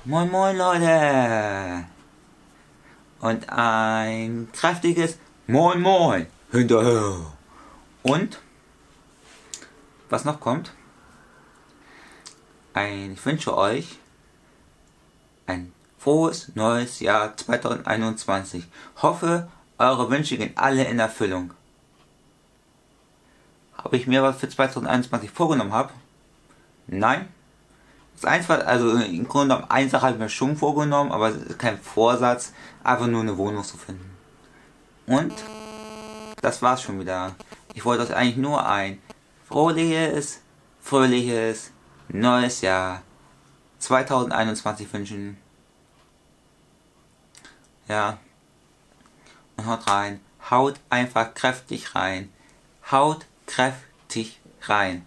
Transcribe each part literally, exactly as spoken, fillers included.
Moin moin Leute! Und ein kräftiges Moin moin hinterher. Und was noch kommt? Ein, ich wünsche euch ein frohes neues Jahr zwanzig einundzwanzig. Hoffe, eure Wünsche gehen alle in Erfüllung. Habe ich mir was für zwanzig einundzwanzig vorgenommen habe? Nein. Das einfach, also im Grunde genommen, eine Sache habe ich mir schon vorgenommen, aber es ist kein Vorsatz, einfach nur eine Wohnung zu finden. Und das war's schon wieder. Ich wollte euch eigentlich nur ein fröhliches, fröhliches, neues Jahr zwanzig einundzwanzig wünschen. Ja. Und haut rein. Haut einfach kräftig rein. Haut kräftig rein.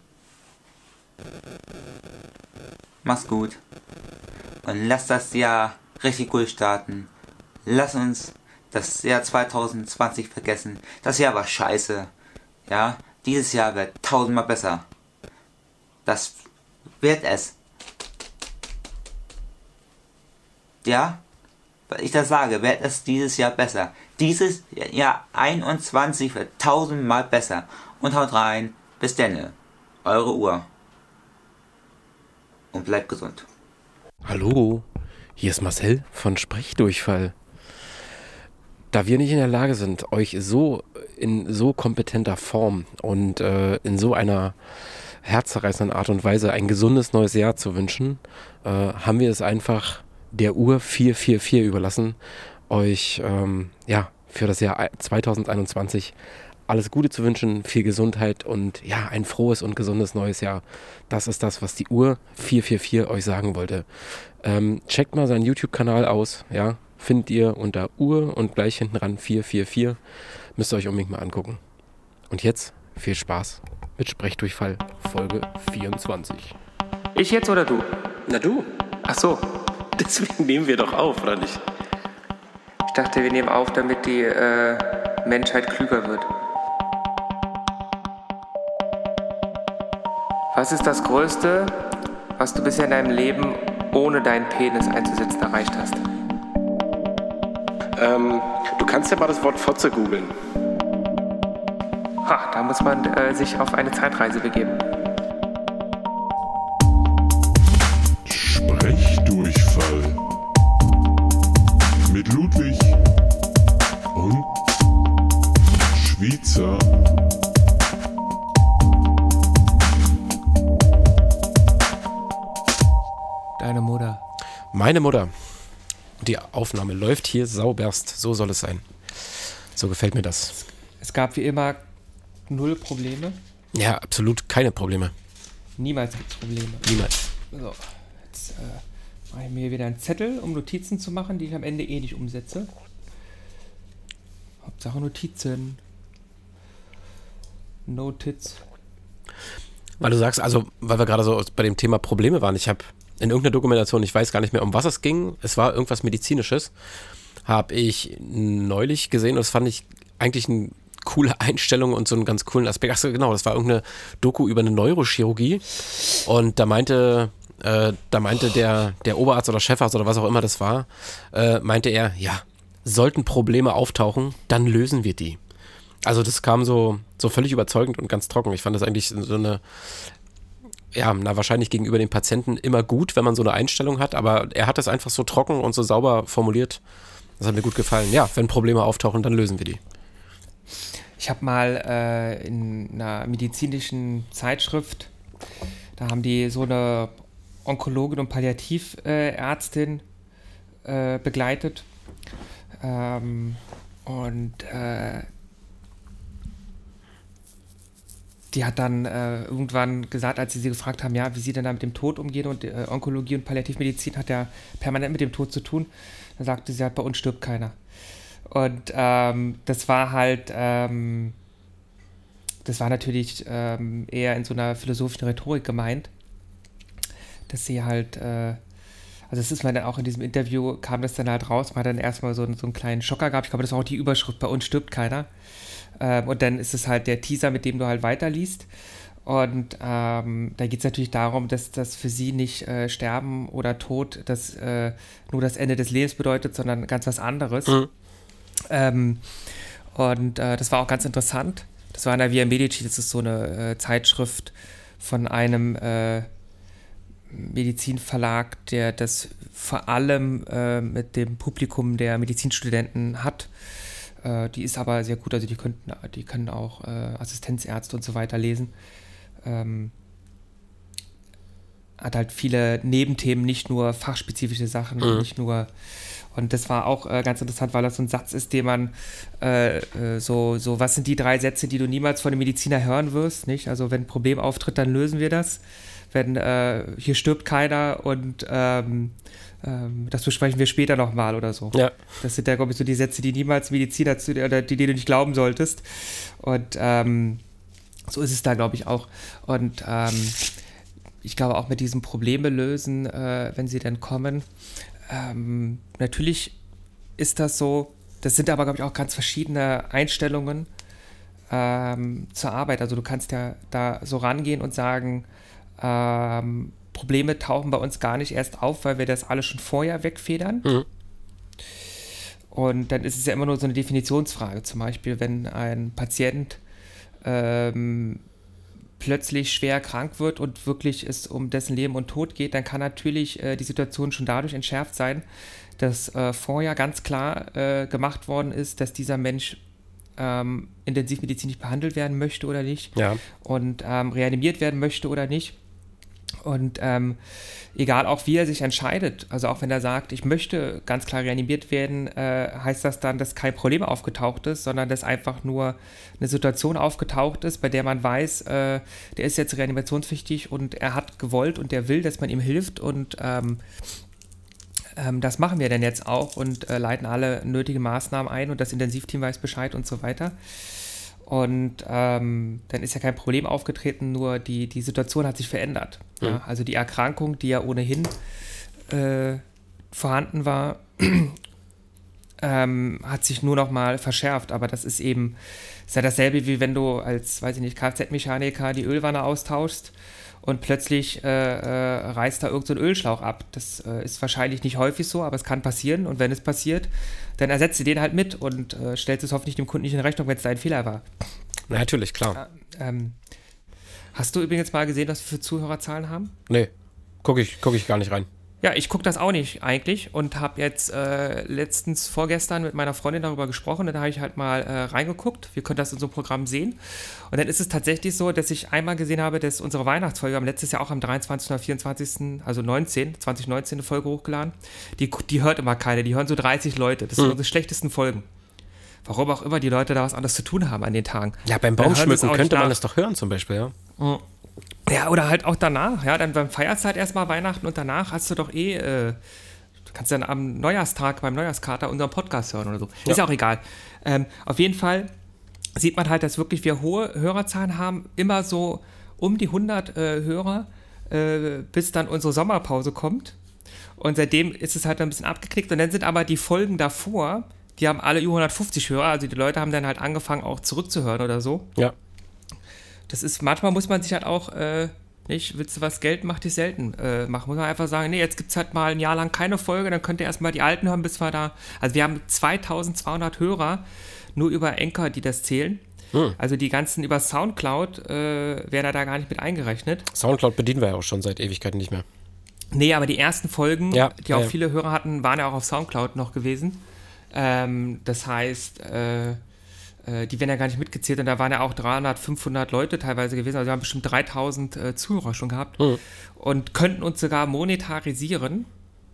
Mach's gut. Und lasst das Jahr richtig gut starten. Lass uns das Jahr zwanzig zwanzig vergessen. Das Jahr war scheiße. Ja, dieses Jahr wird tausendmal besser. Das wird es. Ja, weil ich das sage, wird es dieses Jahr besser. Dieses Jahr einundzwanzig wird tausendmal besser. Und haut rein. Bis denne. Eure Uhr. Und bleibt gesund. Hallo, hier ist Marcel von Sprechdurchfall. Da wir nicht in der Lage sind, euch so in so kompetenter Form und äh, in so einer herzzerreißenden Art und Weise ein gesundes neues Jahr zu wünschen, äh, haben wir es einfach der Uhr vier vier vier überlassen, euch ähm, ja für das Jahr zwanzig einundzwanzig alles Gute zu wünschen, viel Gesundheit und ja, ein frohes und gesundes neues Jahr. Das ist das, was die Uhr vier vier vier euch sagen wollte. Ähm, checkt mal seinen YouTube-Kanal aus, ja, findet ihr unter Uhr und gleich hinten ran vier vier vier. Müsst ihr euch unbedingt mal angucken. Und jetzt viel Spaß mit Sprechdurchfall Folge vierundzwanzig. Ich jetzt oder du? Na du. Ach so. Deswegen nehmen wir doch auf, oder nicht? Ich dachte, wir nehmen auf, damit die äh, Menschheit klüger wird. Was ist das Größte, was du bisher in deinem Leben ohne deinen Penis einzusetzen erreicht hast? Ähm, du kannst ja mal das Wort Fotze googeln. Ha, da muss man äh, sich auf eine Zeitreise begeben. Sprechdurchfall mit Ludwig und Schweizer. Deine Mutter. Meine Mutter. Die Aufnahme läuft hier sauberst. So soll es sein. So gefällt mir das. Es gab wie immer null Probleme. Ja, absolut keine Probleme. Niemals gibt es Probleme. Niemals. So, jetzt äh, mache ich mir wieder einen Zettel, um Notizen zu machen, die ich am Ende eh nicht umsetze. Hauptsache Notizen. Notiz. Weil du sagst, also, weil wir gerade so bei dem Thema Probleme waren. Ich habe in irgendeiner Dokumentation, ich weiß gar nicht mehr, um was es ging, es war irgendwas Medizinisches, habe ich neulich gesehen und das fand ich eigentlich eine coole Einstellung und so einen ganz coolen Aspekt. Achso, genau, das war irgendeine Doku über eine Neurochirurgie und da meinte, äh, da meinte der, der Oberarzt oder Chefarzt oder was auch immer das war, äh, meinte er, ja, sollten Probleme auftauchen, dann lösen wir die. Also das kam so, so völlig überzeugend und ganz trocken. Ich fand das eigentlich so eine, ja, na wahrscheinlich gegenüber dem Patienten immer gut, wenn man so eine Einstellung hat, aber er hat das einfach so trocken und so sauber formuliert. Das hat mir gut gefallen. Ja, wenn Probleme auftauchen, dann lösen wir die. Ich habe mal äh, in einer medizinischen Zeitschrift, da haben die so eine Onkologin und Palliativärztin äh, begleitet. Ähm, und äh, die hat dann äh, irgendwann gesagt, als sie sie gefragt haben, ja, wie sie denn da mit dem Tod umgehen und äh, Onkologie und Palliativmedizin hat ja permanent mit dem Tod zu tun. Dann sagte sie halt, bei uns stirbt keiner. Und ähm, das war halt, ähm, das war natürlich ähm, eher in so einer philosophischen Rhetorik gemeint, dass sie halt, äh, also das ist man dann auch in diesem Interview, kam das dann halt raus, man hat dann erstmal so, so einen kleinen Schocker gehabt, ich glaube, das war auch die Überschrift, bei uns stirbt keiner. Ähm, und dann ist es halt der Teaser, mit dem du halt weiterliest. Und ähm, da geht es natürlich darum, dass das für sie nicht äh, Sterben oder Tod das äh, nur das Ende des Lebens bedeutet, sondern ganz was anderes. Mhm. Ähm, und äh, das war auch ganz interessant. Das war in der Via Medici, das ist so eine äh, Zeitschrift von einem äh, Medizinverlag, der das vor allem äh, mit dem Publikum der Medizinstudenten hat. Äh, die ist aber sehr gut, also die könnten, die können auch äh, Assistenzärzte und so weiter lesen. Ähm, hat halt viele Nebenthemen, nicht nur fachspezifische Sachen, mhm. nicht nur, und das war auch äh, ganz interessant, weil das so ein Satz ist, den man äh, äh, so, so, was sind die drei Sätze, die du niemals von einem Mediziner hören wirst, nicht? Also wenn ein Problem auftritt, dann lösen wir das. Wenn äh, hier stirbt keiner und ähm, ähm, das besprechen wir später nochmal oder so. Ja. Das sind ja, glaube ich, so die Sätze, die niemals Mediziner zu, oder die, die du nicht glauben solltest. Und ähm, so ist es da, glaube ich, auch. Und ähm, ich glaube auch mit diesem Probleme lösen, äh, wenn sie dann kommen. Ähm, natürlich ist das so, das sind aber, glaube ich, auch ganz verschiedene Einstellungen ähm, zur Arbeit. Also du kannst ja da so rangehen und sagen, ähm, Probleme tauchen bei uns gar nicht erst auf, weil wir das alles schon vorher wegfedern. Mhm. Und dann ist es ja immer nur so eine Definitionsfrage. Zum Beispiel, wenn ein Patient ähm, plötzlich schwer krank wird und wirklich es um dessen Leben und Tod geht, dann kann natürlich äh, die Situation schon dadurch entschärft sein, dass äh, vorher ganz klar äh, gemacht worden ist, dass dieser Mensch ähm, intensivmedizinisch behandelt werden möchte oder nicht, ja. und ähm, reanimiert werden möchte oder nicht. Und ähm, egal auch wie er sich entscheidet, also auch wenn er sagt, ich möchte ganz klar reanimiert werden, äh, heißt das dann, dass kein Problem aufgetaucht ist, sondern dass einfach nur eine Situation aufgetaucht ist, bei der man weiß, äh, der ist jetzt reanimationspflichtig und er hat gewollt und der will, dass man ihm hilft, und ähm, ähm, das machen wir dann jetzt auch und äh, leiten alle nötigen Maßnahmen ein und das Intensivteam weiß Bescheid und so weiter. Und ähm, dann ist ja kein Problem aufgetreten, nur die, die Situation hat sich verändert. Mhm. Ja? Also die Erkrankung, die ja ohnehin äh, vorhanden war, ähm, hat sich nur noch mal verschärft. Aber das ist eben, ist ja dasselbe, wie wenn du als, weiß ich nicht, Kfz-Mechaniker die Ölwanne austauschst und plötzlich äh, äh, reißt da irgend so ein Ölschlauch ab. Das äh, ist wahrscheinlich nicht häufig so, aber es kann passieren. Und wenn es passiert, dann ersetzt du den halt mit und äh, stellst es hoffentlich dem Kunden nicht in Rechnung, wenn es dein Fehler war. Na, natürlich, klar. Äh, ähm, hast du übrigens mal gesehen, was wir für Zuhörerzahlen haben? Nee, gucke ich, guck ich gar nicht rein. Ja, ich gucke das auch nicht eigentlich und habe jetzt äh, letztens vorgestern mit meiner Freundin darüber gesprochen, und da habe ich halt mal äh, reingeguckt. Wir können das in so einem Programm sehen. Und dann ist es tatsächlich so, dass ich einmal gesehen habe, dass unsere Weihnachtsfolge, wir haben letztes Jahr auch am dreiundzwanzigsten oder vierundzwanzigsten, also neunzehn, zwanzig neunzehn eine Folge hochgeladen. Die, die hört immer keine, die hören so dreißig Leute. Das sind hm. unsere schlechtesten Folgen. Warum auch immer die Leute da was anderes zu tun haben an den Tagen. Ja, beim Baumschmücken könnte man das doch hören zum Beispiel, ja. Mhm. Ja, oder halt auch danach, ja, dann beim feierst halt erstmal Weihnachten und danach hast du doch eh, äh, du kannst dann am Neujahrstag beim Neujahrskater unseren Podcast hören oder so. Ja. Ist ja auch egal. Ähm, auf jeden Fall sieht man halt, dass wirklich wir hohe Hörerzahlen haben, immer so um die hundert äh, Hörer, äh, bis dann unsere Sommerpause kommt. Und seitdem ist es halt ein bisschen abgeknickt, und dann sind aber die Folgen davor, die haben alle über hundertfünfzig Hörer, also die Leute haben dann halt angefangen auch zurückzuhören oder so. Ja. Das ist, manchmal muss man sich halt auch, äh, nicht, willst du was Geld macht dich selten äh, machen. Muss man einfach sagen, nee, jetzt gibt es halt mal ein Jahr lang keine Folge, dann könnt ihr erstmal die alten hören, bis wir da, also wir haben zweitausendzweihundert Hörer, nur über Anchor, die das zählen. Hm. Also die ganzen über Soundcloud äh, werden da gar nicht mit eingerechnet. Soundcloud bedienen wir ja auch schon seit Ewigkeiten nicht mehr. Nee, aber die ersten Folgen, ja, die auch ja. viele Hörer hatten, waren ja auch auf Soundcloud noch gewesen. Ähm, das heißt, äh, die werden ja gar nicht mitgezählt, und da waren ja auch dreihundert, fünfhundert Leute teilweise gewesen, also wir haben bestimmt dreitausend äh, Zuhörer schon gehabt mhm. und könnten uns sogar monetarisieren,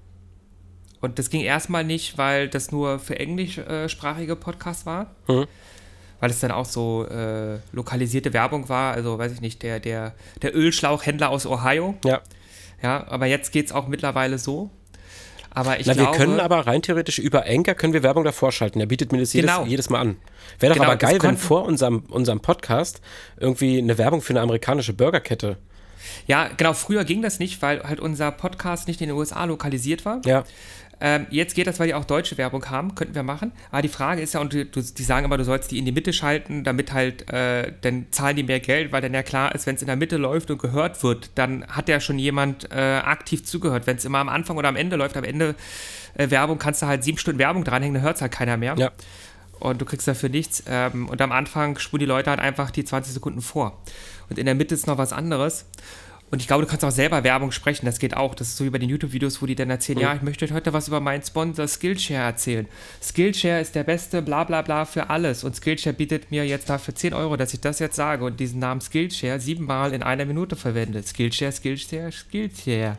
und das ging erstmal nicht, weil das nur für englischsprachige Podcasts war, mhm. weil es dann auch so äh, lokalisierte Werbung war, also weiß ich nicht, der, der, der Ölschlauchhändler aus Ohio, ja, ja, aber jetzt geht es auch mittlerweile so. Aber ich Na, glaube, wir können aber rein theoretisch über Anchor können wir Werbung davor schalten. Der bietet mir das jedes, genau. jedes Mal an. Wäre doch genau, aber geil, wenn vor unserem, unserem Podcast irgendwie eine Werbung für eine amerikanische Burgerkette Ja, genau, früher ging das nicht, weil halt unser Podcast nicht in den U S A lokalisiert war. Ja. Ähm, jetzt geht das, weil die auch deutsche Werbung haben, könnten wir machen. Aber die Frage ist ja, und du, die sagen immer, du sollst die in die Mitte schalten, damit halt, äh, dann zahlen die mehr Geld, weil dann ja klar ist, wenn es in der Mitte läuft und gehört wird, dann hat ja schon jemand äh, aktiv zugehört. Wenn es immer am Anfang oder am Ende läuft, am Ende äh, Werbung, kannst du halt sieben Stunden Werbung dranhängen, dann hört es halt keiner mehr. Ja. Und du kriegst dafür nichts. Ähm, und am Anfang spulen die Leute halt einfach die zwanzig Sekunden vor. Und in der Mitte ist noch was anderes. Und ich glaube, du kannst auch selber Werbung sprechen, das geht auch. Das ist so wie bei den YouTube-Videos, wo die dann erzählen, mhm. ja, ich möchte euch heute was über meinen Sponsor Skillshare erzählen. Skillshare ist der beste bla bla bla für alles. Und Skillshare bietet mir jetzt dafür zehn Euro, dass ich das jetzt sage und diesen Namen Skillshare siebenmal in einer Minute verwende. Skillshare, Skillshare, Skillshare.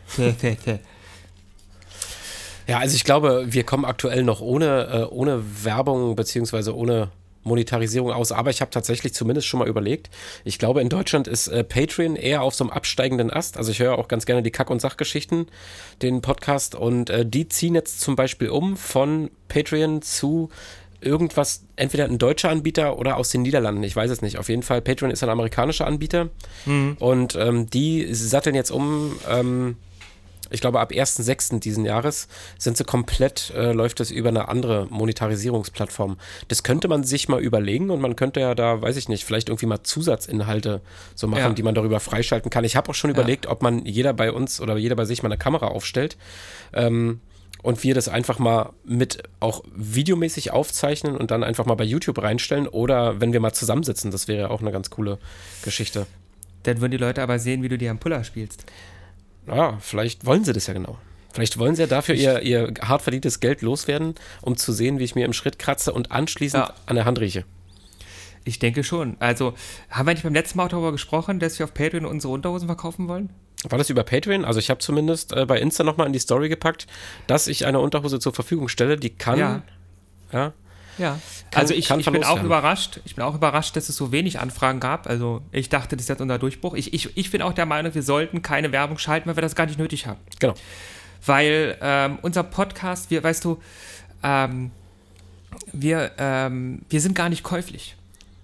Ja, also ich glaube, wir kommen aktuell noch ohne, äh, ohne Werbung beziehungsweise ohne Monetarisierung aus, aber ich habe tatsächlich zumindest schon mal überlegt, ich glaube, in Deutschland ist äh, Patreon eher auf so einem absteigenden Ast, also ich höre auch ganz gerne die Kack- und Sachgeschichten, den Podcast, und äh, die ziehen jetzt zum Beispiel um von Patreon zu irgendwas, entweder ein deutscher Anbieter oder aus den Niederlanden, ich weiß es nicht, auf jeden Fall, Patreon ist ein amerikanischer Anbieter mhm. und ähm, die satteln jetzt um, ähm, ich glaube, ab ersten sechsten diesen Jahres sind sie komplett, äh, läuft das über eine andere Monetarisierungsplattform. Das könnte man sich mal überlegen und man könnte ja da, weiß ich nicht, vielleicht irgendwie mal Zusatzinhalte so machen, ja. die man darüber freischalten kann. Ich habe auch schon ja. überlegt, ob man jeder bei uns oder jeder bei sich mal eine Kamera aufstellt ähm, und wir das einfach mal mit auch videomäßig aufzeichnen und dann einfach mal bei YouTube reinstellen oder wenn wir mal zusammensitzen, das wäre auch eine ganz coole Geschichte. Dann würden die Leute aber sehen, wie du dir am Puller spielst. Ja, vielleicht wollen sie das ja genau. Vielleicht wollen sie ja dafür ihr, ihr hart verdientes Geld loswerden, um zu sehen, wie ich mir im Schritt kratze und anschließend ja. an der Hand rieche. Ich denke schon. Also, haben wir nicht beim letzten Mal darüber gesprochen, dass wir auf Patreon unsere Unterhosen verkaufen wollen? War das über Patreon? Also ich habe zumindest äh, bei Insta nochmal in die Story gepackt, dass ich eine Unterhose zur Verfügung stelle, die kann... Ja. ja Ja, kann, also ich, ich bin auch werden. überrascht, ich bin auch überrascht, dass es so wenig Anfragen gab, also ich dachte, das ist jetzt unser Durchbruch. Ich, ich, ich bin auch der Meinung, wir sollten keine Werbung schalten, weil wir das gar nicht nötig haben. Genau. Weil ähm, unser Podcast, wir, weißt du, ähm, wir, ähm, wir sind gar nicht käuflich.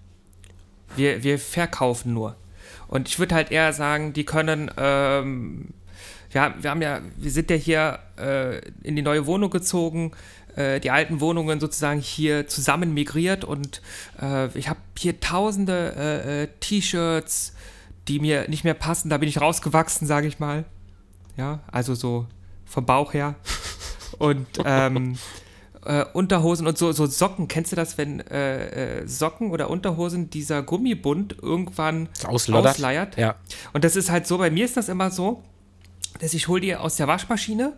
Wir, wir verkaufen nur. Und ich würde halt eher sagen, die können, ähm, ja, wir haben ja, wir sind ja hier äh, in die neue Wohnung gezogen, die alten Wohnungen sozusagen hier zusammen migriert und äh, ich habe hier tausende äh, äh, T-Shirts, die mir nicht mehr passen, da bin ich rausgewachsen, sage ich mal. Ja, also so vom Bauch her. Und ähm, äh, Unterhosen und so, so Socken, kennst du das, wenn äh, äh, Socken oder Unterhosen dieser Gummibund irgendwann ausleiert? Ja. Und das ist halt so, bei mir ist das immer so, dass ich hole die aus der Waschmaschine.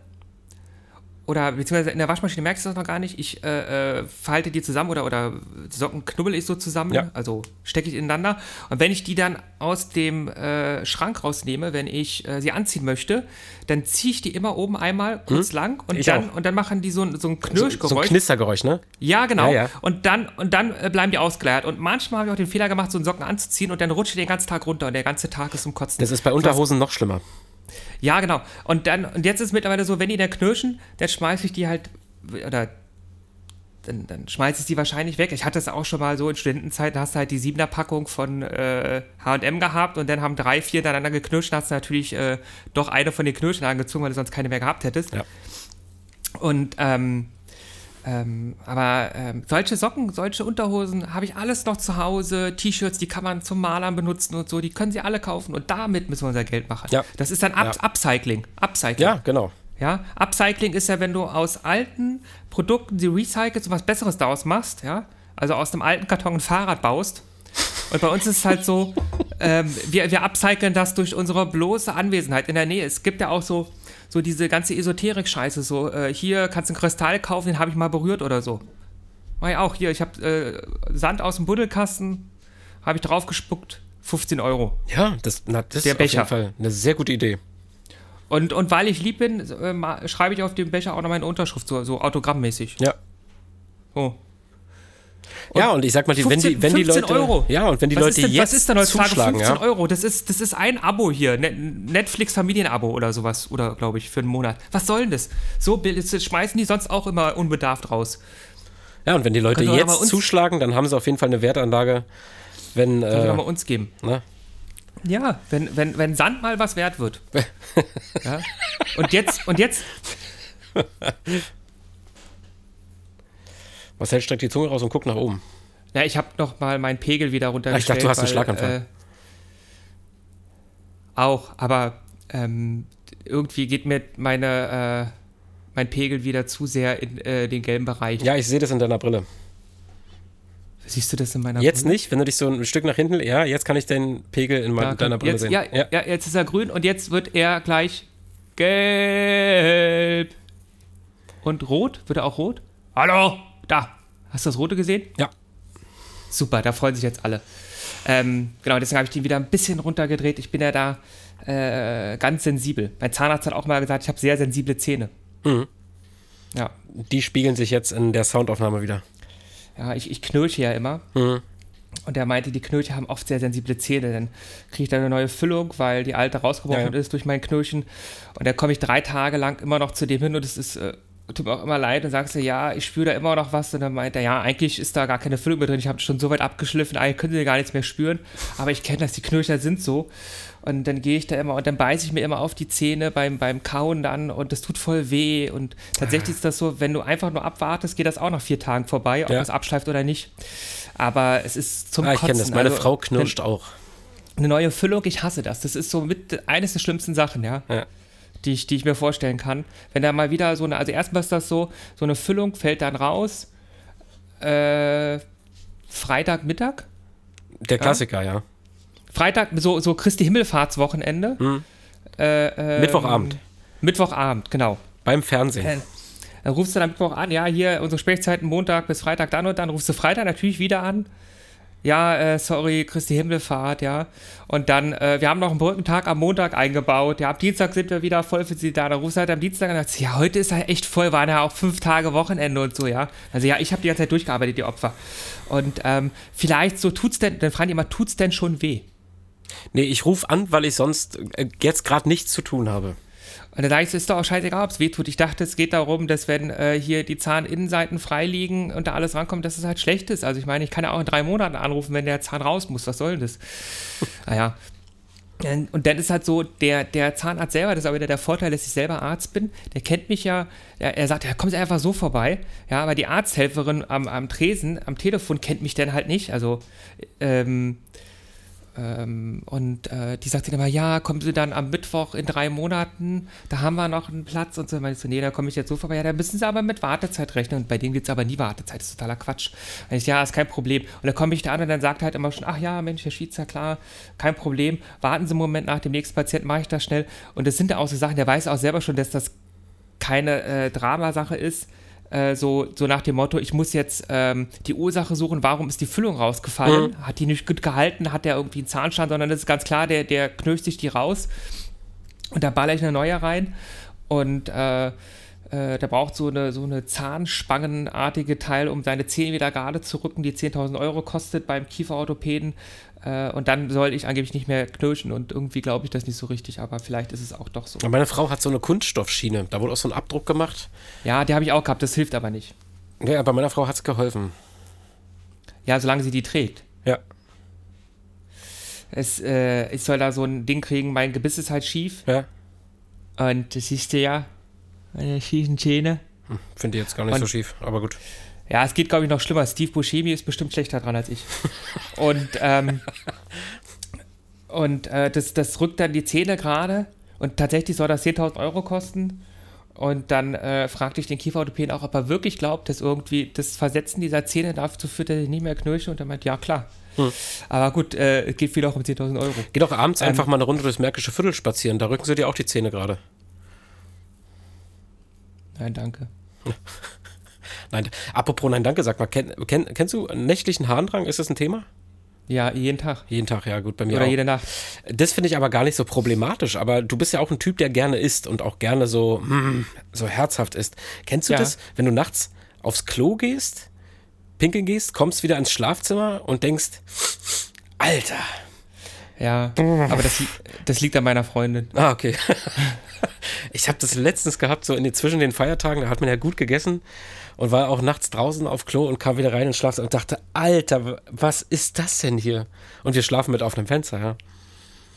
Oder beziehungsweise in der Waschmaschine merkst du das noch gar nicht. Ich äh, äh, falte die zusammen oder, oder Socken knubbel ich so zusammen, ja. also stecke ich ineinander. Und wenn ich die dann aus dem äh, Schrank rausnehme, wenn ich äh, sie anziehen möchte, dann ziehe ich die immer oben einmal kurz hm? lang und dann, und dann machen die so, so ein Knirschgeräusch. So, so ein Knistergeräusch, ne? Ja, genau. Ja, ja. Und dann, und dann äh, bleiben die ausgeleiert. Und manchmal habe ich auch den Fehler gemacht, so einen Socken anzuziehen und dann rutscht die den ganzen Tag runter und der ganze Tag ist zum Kotzen. Das ist bei Unterhosen noch schlimmer. Ja, genau. Und dann, und jetzt ist es mittlerweile so, wenn die da knirschen, dann schmeiße ich die halt, oder dann, dann schmeiße ich die wahrscheinlich weg. Ich hatte es auch schon mal so in Studentenzeiten, da hast du halt die Siebener-Packung von äh, H und M gehabt und dann haben drei, vier hintereinander geknirscht, dann hast du natürlich äh, doch eine von den Knirschen angezogen, weil du sonst keine mehr gehabt hättest. Ja. Und, ähm, Ähm, aber ähm, solche Socken, solche Unterhosen habe ich alles noch zu Hause, T-Shirts, die kann man zum Malern benutzen und so, die können sie alle kaufen und damit müssen wir unser Geld machen. Ja. Das ist dann Up- ja. Upcycling. Upcycling. Ja, genau. Ja, Upcycling ist ja, wenn du aus alten Produkten, die recycelst und was Besseres daraus machst, ja, also aus einem alten Karton ein Fahrrad baust. Und bei uns ist es halt so, ähm, wir, wir upcyclen das durch unsere bloße Anwesenheit in der Nähe. Es gibt ja auch so So diese ganze Esoterik-Scheiße, so äh, hier kannst du einen Kristall kaufen, den habe ich mal berührt oder so. Mach ich auch, hier, ich habe äh, Sand aus dem Buddelkasten, habe ich drauf gespuckt, fünfzehn Euro. Ja, das, na, das Der ist Becher. auf jeden Fall eine sehr gute Idee. Und, und weil ich lieb bin, äh, schreibe ich auf dem Becher auch noch meine Unterschrift, so, so autogrammmäßig. Ja. Oh. Und ja, und ich sag mal, die, fünfzehn, wenn die, wenn die Leute, Euro. ja, und wenn die was Leute denn, jetzt was ist denn heutzutage zuschlagen, fünfzehn ja? Euro? Das ist, das ist ein Abo hier, Netflix Familienabo oder sowas, oder glaube ich, für einen Monat. Was soll denn das? So das schmeißen die sonst auch immer unbedarft raus. Ja, und wenn die Leute Können jetzt zuschlagen, dann haben sie auf jeden Fall eine Wertanlage, wenn, Können äh, wir mal uns geben. Ne? Ja, wenn, wenn, wenn Sand mal was wert wird. Ja. Und jetzt, und jetzt. Marcel streckt die Zunge raus und guckt nach oben. Ja, ich habe noch mal meinen Pegel wieder runtergestellt. Ich dachte, du hast einen weil, Schlaganfall. Äh, auch, aber ähm, irgendwie geht mir meine, äh, mein Pegel wieder zu sehr in äh, den gelben Bereich. Ja, ich sehe das in deiner Brille. Siehst du das in meiner Jetzt Brille? nicht, wenn du dich so ein Stück nach hinten, ja, jetzt kann ich den Pegel in mein, Ja, deiner Brille jetzt, sehen. ja, ja. ja, jetzt ist er grün und jetzt wird er gleich gelb. Und rot? Wird er auch rot? Hallo, da. Hast du das Rote gesehen? Ja. Super, da freuen sich jetzt alle. Ähm, genau, deswegen habe ich den wieder ein bisschen runtergedreht. Ich bin ja da äh, ganz sensibel. Mein Zahnarzt hat auch mal gesagt, ich habe sehr sensible Zähne. Mhm. Ja. Die spiegeln sich jetzt in der Soundaufnahme wieder. Ja, ich, ich knirsche ja immer. Mhm. Und er meinte, die Knirche haben oft sehr sensible Zähne. Dann kriege ich da eine neue Füllung, weil die alte rausgebrochen ja, ja. ist durch mein Knirschen. Und dann komme ich drei Tage lang immer noch zu dem hin und es ist, äh, tut mir auch immer leid. Und sagst du, ja, ich spüre da immer noch was. Und dann meint er, ja, eigentlich ist da gar keine Füllung mehr drin. Ich habe schon so weit abgeschliffen, eigentlich können sie gar nichts mehr spüren. Aber ich kenne das, die Knircher sind so. Und dann gehe ich da immer und dann beiße ich mir immer auf die Zähne beim, beim Kauen dann und das tut voll weh. Und tatsächlich ist das so, wenn du einfach nur abwartest, geht das auch nach vier Tagen vorbei, ob ja. das abschleift oder nicht. Aber es ist zum ah, ich Kotzen. kenne das, meine also, Frau knirscht wenn, auch. Eine neue Füllung, ich hasse das. Das ist so mit eines der schlimmsten Sachen, ja, ja. Die, ich, die ich mir vorstellen kann. Wenn da mal wieder so eine, also erstmal ist das so, so eine Füllung fällt dann raus, äh, Freitagmittag. Der Klassiker, ja. ja. Freitag, so, so Christi Himmelfahrtswochenende. Hm. Äh, ähm, Mittwochabend. Mittwochabend, genau. Beim Fernsehen. Äh, dann rufst du dann Mittwoch an, ja, hier unsere Sprechzeiten Montag bis Freitag dann und dann. Rufst du Freitag natürlich wieder an. Ja, äh, sorry, Christi Himmelfahrt, ja. Und dann, äh, wir haben noch einen Brückentag am Montag eingebaut. Ja, am Dienstag sind wir wieder voll für sie da. Dann rufst du halt am Dienstag an und sagst, ja, heute ist er echt voll, waren ja auch fünf Tage Wochenende und so, ja. Also ja, ich habe die ganze Zeit durchgearbeitet, die Opfer. Und ähm, vielleicht so, tut's denn, dann fragen die immer, tut's denn schon weh? Nee, ich rufe an, weil ich sonst äh, jetzt gerade nichts zu tun habe. Und dann sage ich, es ist doch auch scheißegal, ob es weh tut. Ich dachte, es geht darum, dass wenn äh, hier die Zahninnenseiten frei liegen und da alles rankommt, dass es halt schlecht ist. Also ich meine, ich kann ja auch in drei Monaten anrufen, wenn der Zahn raus muss. Was soll denn das? Naja. Und dann ist halt so, der, der Zahnarzt selber, das ist auch wieder der Vorteil, dass ich selber Arzt bin, der kennt mich ja, er, er sagt, ja, kommen Sie einfach so vorbei. Ja, aber die Arzthelferin am, am Tresen, am Telefon kennt mich dann halt nicht. Also, ähm, Ähm, und äh, die sagt dann immer, ja, kommen Sie dann am Mittwoch in drei Monaten, da haben wir noch einen Platz und so. Und ich so, nee, da komme ich jetzt so vorbei. Ja, da müssen Sie aber mit Wartezeit rechnen. Und bei denen gibt es aber nie Wartezeit, das ist totaler Quatsch. Und ich, ja, ist kein Problem. Und dann komme ich da an und dann sagt halt immer schon, ach ja, Mensch, Herr Schietzer, klar, kein Problem. Warten Sie einen Moment, nach dem nächsten Patienten mache ich das schnell. Und das sind ja auch so Sachen, der weiß auch selber schon, dass das keine äh, Dramasache ist. So, so nach dem Motto, ich muss jetzt ähm, die Ursache suchen, warum ist die Füllung rausgefallen? Mhm. Hat die nicht gut gehalten? Hat der irgendwie einen Zahnstand? Sondern das ist ganz klar, der, der knirscht sich die raus und da baller ich eine neue rein und äh, äh, der braucht so eine, so eine zahnspangenartige Teil, um seine Zähne wieder gerade zu rücken, die zehntausend Euro kostet beim Kieferorthopäden. Äh, und dann soll ich angeblich nicht mehr knirschen und irgendwie glaube ich das nicht so richtig, aber vielleicht ist es auch doch so. Meine Frau hat so eine Kunststoffschiene, da wurde auch so ein Abdruck gemacht. Ja, die habe ich auch gehabt, das hilft aber nicht. Ja, bei meiner Frau hat es geholfen. Ja, solange sie die trägt. Ja. Es, äh, ich soll da so ein Ding kriegen, mein Gebiss ist halt schief. Ja. Und das siehst du ja, meine schiefen Zähne. Hm, finde ich jetzt gar nicht und, so schief, aber gut. Ja, es geht, glaube ich, noch schlimmer. Steve Buscemi ist bestimmt schlechter dran als ich. Und, ähm, und äh, das, das rückt dann die Zähne gerade. Und tatsächlich soll das zehntausend Euro kosten. Und dann äh, fragte ich den Kieferorthopäden auch, ob er wirklich glaubt, dass irgendwie das Versetzen dieser Zähne dazu führt, dass ich nicht mehr knirsche. Und er meint, ja, klar. Hm. Aber gut, äh, es geht viel auch um zehntausend Euro. Geh doch abends ähm, einfach mal eine Runde durchs Märkische Viertel spazieren. Da rücken sie dir auch die Zähne gerade. Nein, danke. Nein, apropos nein, danke, sag mal, kenn, kenn, kennst du nächtlichen Harndrang? Ist das ein Thema? Ja, jeden Tag. Jeden Tag, ja gut, bei mir Oder auch. jede Nacht. Das finde ich aber gar nicht so problematisch, aber du bist ja auch ein Typ, der gerne isst und auch gerne so, mm, so herzhaft isst. Kennst du ja. das, wenn du nachts aufs Klo gehst, pinkeln gehst, kommst wieder ins Schlafzimmer und denkst, Alter. Ja, aber das, das liegt an meiner Freundin. Ah, okay. Ich habe das letztens gehabt, so in den, zwischen den Feiertagen, da hat man ja gut gegessen und war auch nachts draußen auf Klo und kam wieder rein ins Schlafzimmer und dachte, Alter, was ist das denn hier? Und wir schlafen mit offenem Fenster, ja.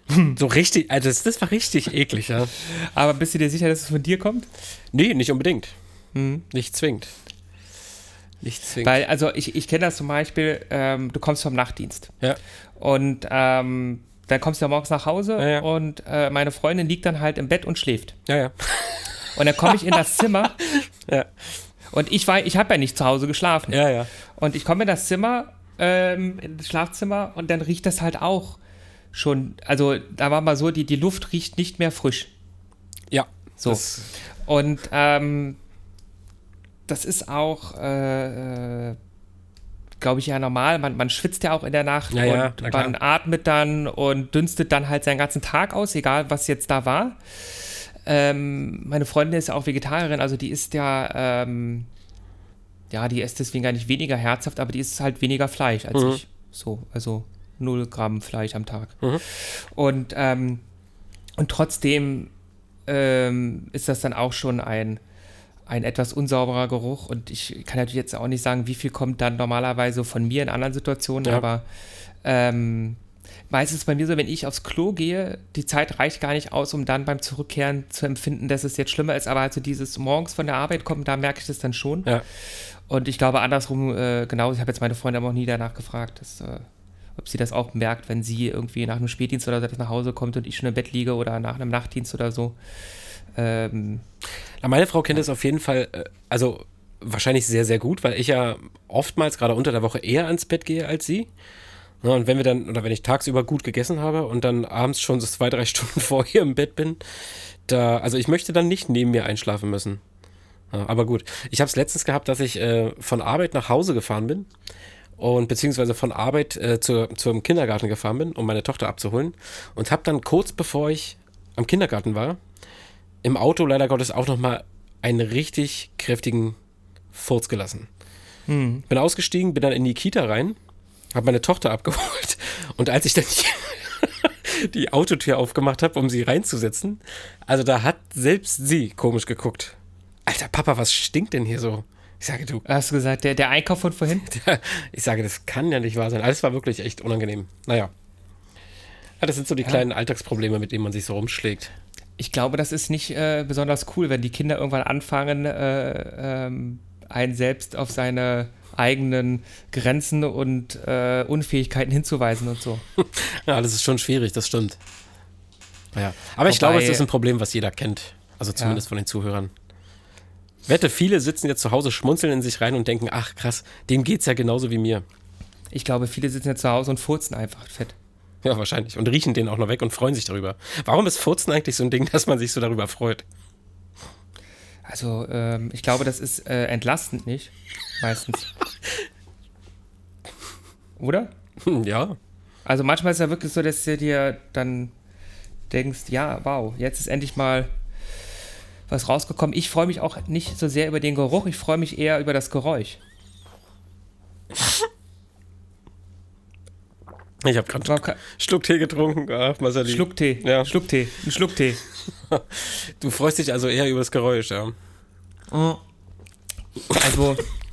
So richtig, also das, das war richtig eklig, ja. Aber bist du dir sicher, dass es von dir kommt? Nee, nicht unbedingt. Hm. Nicht zwingend. Nicht zwingend. Weil, also ich, ich kenne das zum Beispiel, ähm, du kommst vom Nachtdienst. Ja. Und ähm, dann kommst du ja morgens nach Hause Ja, ja. und äh, meine Freundin liegt dann halt im Bett und schläft. Ja, ja. Und dann komme ich in das Zimmer Ja. und ich war, ich habe ja nicht zu Hause geschlafen. Ja, ja. Und ich komme in das Zimmer, ähm, in das Schlafzimmer und dann riecht das halt auch schon, also da war mal so, die, die Luft riecht nicht mehr frisch. Ja. So. Das, Und ähm, das ist auch, äh, äh, glaube ich, ja normal. Man, man schwitzt ja auch in der Nacht Ja, ja, und na klar. man atmet dann und dünstet dann halt seinen ganzen Tag aus, egal was jetzt da war. Ähm, meine Freundin ist ja auch Vegetarierin, also die isst ja, ähm, ja, die isst deswegen gar nicht weniger herzhaft, aber die isst halt weniger Fleisch als Mhm. ich. So, also null Gramm Fleisch am Tag. Mhm. Und, ähm, und trotzdem ähm, ist das dann auch schon ein, ein etwas unsauberer Geruch. Und ich kann natürlich jetzt auch nicht sagen, wie viel kommt dann normalerweise von mir in anderen Situationen, Ja. aber ähm, meistens bei mir so, wenn ich aufs Klo gehe, die Zeit reicht gar nicht aus, um dann beim Zurückkehren zu empfinden, dass es jetzt schlimmer ist. Aber also dieses morgens von der Arbeit kommen, da merke ich das dann schon. ja. Und ich glaube andersrum, äh, genau, ich habe jetzt meine Freundin aber auch nie danach gefragt, dass, äh, ob sie das auch merkt, wenn sie irgendwie nach einem Spätdienst oder so nach Hause kommt und ich schon im Bett liege oder nach einem Nachtdienst oder so. Ähm, Na, meine Frau kennt es auf jeden Fall, äh, also wahrscheinlich sehr, sehr gut, weil ich ja oftmals gerade unter der Woche eher ans Bett gehe als sie. Ja, und wenn wir dann, oder wenn ich tagsüber gut gegessen habe und dann abends schon so zwei, drei Stunden vor ihr im Bett bin, da, also ich möchte dann nicht neben mir einschlafen müssen. Ja, aber gut, ich habe es letztens gehabt, dass ich äh, von Arbeit nach Hause gefahren bin und beziehungsweise von Arbeit äh, zur, zum Kindergarten gefahren bin, um meine Tochter abzuholen und habe dann kurz bevor ich am Kindergarten war, im Auto leider Gottes auch nochmal einen richtig kräftigen Furz gelassen. hm. Bin ausgestiegen, bin dann in die Kita rein, habe meine Tochter abgeholt und als ich dann die, die Autotür aufgemacht habe, um sie reinzusetzen, also da hat selbst sie komisch geguckt. Alter Papa, was stinkt denn hier so? Ich sage, du, Hast du gesagt, der, der Einkauf von vorhin? ich sage, das kann ja nicht wahr sein. Alles war wirklich echt unangenehm. Naja. Ja, das sind so die Ja. kleinen Alltagsprobleme, mit denen man sich so rumschlägt. Ich glaube, das ist nicht äh, besonders cool, wenn die Kinder irgendwann anfangen, äh, ähm, einen selbst auf seine eigenen Grenzen und äh, Unfähigkeiten hinzuweisen und so. Ja, das ist schon schwierig, das stimmt. Naja. Aber ich Wobei- glaube, es ist ein Problem, was jeder kennt. Also zumindest Ja. von den Zuhörern. Wette, viele sitzen jetzt zu Hause, schmunzeln in sich rein und denken, ach krass, dem geht's ja genauso wie mir. Ich glaube, viele sitzen jetzt zu Hause und furzen einfach fett. Ja, wahrscheinlich. Und riechen den auch noch weg und freuen sich darüber. Warum ist Furzen eigentlich so ein Ding, dass man sich so darüber freut? Also, ähm, ich glaube, das ist äh, entlastend nicht. Meistens. Oder? Hm, ja. Also manchmal ist es ja wirklich so, dass du dir dann denkst, ja, wow, jetzt ist endlich mal was rausgekommen. Ich freue mich auch nicht so sehr über den Geruch, ich freue mich eher über das Geräusch. Ich habe gerade Warum kann- Schluck Tee getrunken. Ach, Marceli. Schlucktee, Ja. Schlucktee, ein Schlucktee. Du freust dich also eher über das Geräusch, ja. Also,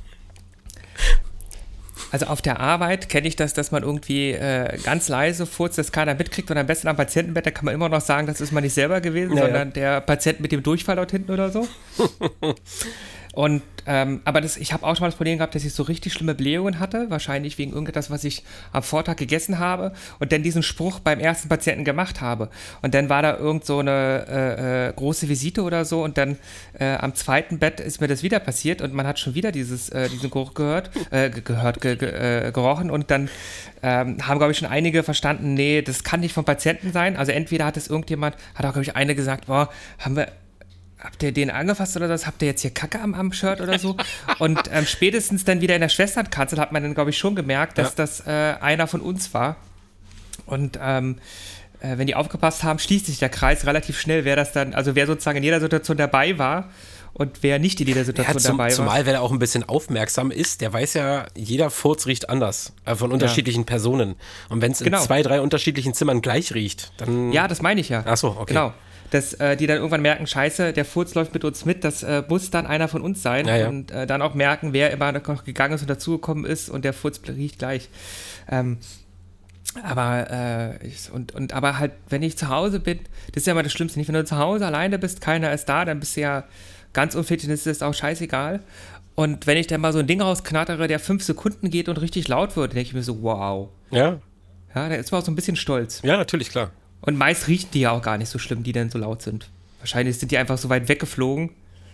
also auf der Arbeit kenne ich das, dass man irgendwie äh, ganz leise furzt, dass keiner mitkriegt und am besten am Patientenbett, da kann man immer noch sagen, das ist mal nicht selber gewesen, Ja, sondern der Patient mit dem Durchfall dort hinten oder so. Und, ähm, aber das, ich habe auch schon mal das Problem gehabt, dass ich so richtig schlimme Blähungen hatte, wahrscheinlich wegen irgendetwas, was ich am Vortag gegessen habe und dann diesen Spruch beim ersten Patienten gemacht habe. Und dann war da irgend so eine äh, äh, große Visite oder so und dann äh, am zweiten Bett ist mir das wieder passiert und man hat schon wieder dieses, äh, diesen Geruch gehört, äh, ge- gehört, ge- ge- äh, gerochen und dann ähm, haben, glaube ich, schon einige verstanden, nee, das kann nicht vom Patienten sein. Also entweder hat es irgendjemand, hat auch, glaube ich, eine gesagt, boah, haben wir habt ihr den angefasst oder was? Habt ihr jetzt hier Kacke am, am Shirt oder so? Und ähm, spätestens dann wieder in der Schwesternkanzel hat man dann, glaube ich, schon gemerkt, dass Ja. das äh, einer von uns war. Und ähm, äh, wenn die aufgepasst haben, schließt sich der Kreis relativ schnell, wer das dann, also wer sozusagen in jeder Situation dabei war und wer nicht in jeder Situation Ja, zum, dabei war. zumal, wer da auch ein bisschen aufmerksam ist, der weiß ja, jeder Furz riecht anders. Äh, von unterschiedlichen Personen. Und wenn es in Genau. zwei, drei unterschiedlichen Zimmern gleich riecht, dann. Ja, das meine ich ja. Ach so, okay. Genau. Dass äh, die dann irgendwann merken, scheiße, der Furz läuft mit uns mit, das äh, muss dann einer von uns sein. Ja, ja. Und äh, dann auch merken, wer immer noch gegangen ist und dazugekommen ist und der Furz riecht gleich. Ähm, Aber, äh, ich, und, und, aber halt, wenn ich zu Hause bin, das ist ja immer das Schlimmste. Nicht, wenn du zu Hause alleine bist, keiner ist da, dann bist du ja ganz unfit, das ist auch scheißegal. Und wenn ich dann mal so ein Ding rausknattere, der fünf Sekunden geht und richtig laut wird, denke ich mir so, wow. Ja. Ja, da ist man auch so ein bisschen stolz. Ja, natürlich, klar. Und meist riechen die ja auch gar nicht so schlimm, die dann so laut sind. Wahrscheinlich sind die einfach so weit weggeflogen.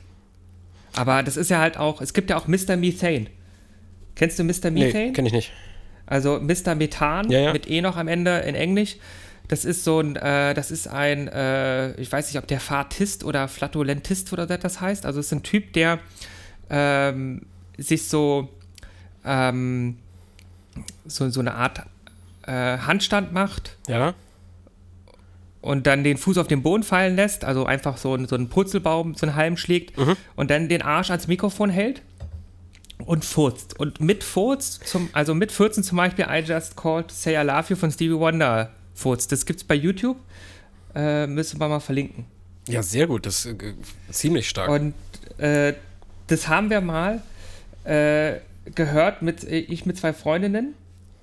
Aber das ist ja halt auch, es gibt ja auch Mister Methane. Kennst du Mister Methane? Nee, kenn ich nicht. Also Mister Methan, ja, ja. mit E noch am Ende in Englisch. Das ist so ein, äh, das ist ein, äh, ich weiß nicht, ob der Fatist oder Flatulentist oder so das heißt. Also es ist ein Typ, der ähm, sich so, ähm, so, so eine Art äh, Handstand macht. Ja. Und dann den Fuß auf den Boden fallen lässt, also einfach so, ein, so einen Purzelbaum, so einen Halm schlägt Mhm. und dann den Arsch ans Mikrofon hält und furzt. Und mit Furz, zum, also mit Furzen zum Beispiel I Just Called to Say I Love You von Stevie Wonder furzt. Das gibt's bei YouTube, äh, müssen wir mal verlinken. Ja, sehr gut, das ist äh, ziemlich stark. Und äh, das haben wir mal äh, gehört, mit, ich mit zwei Freundinnen.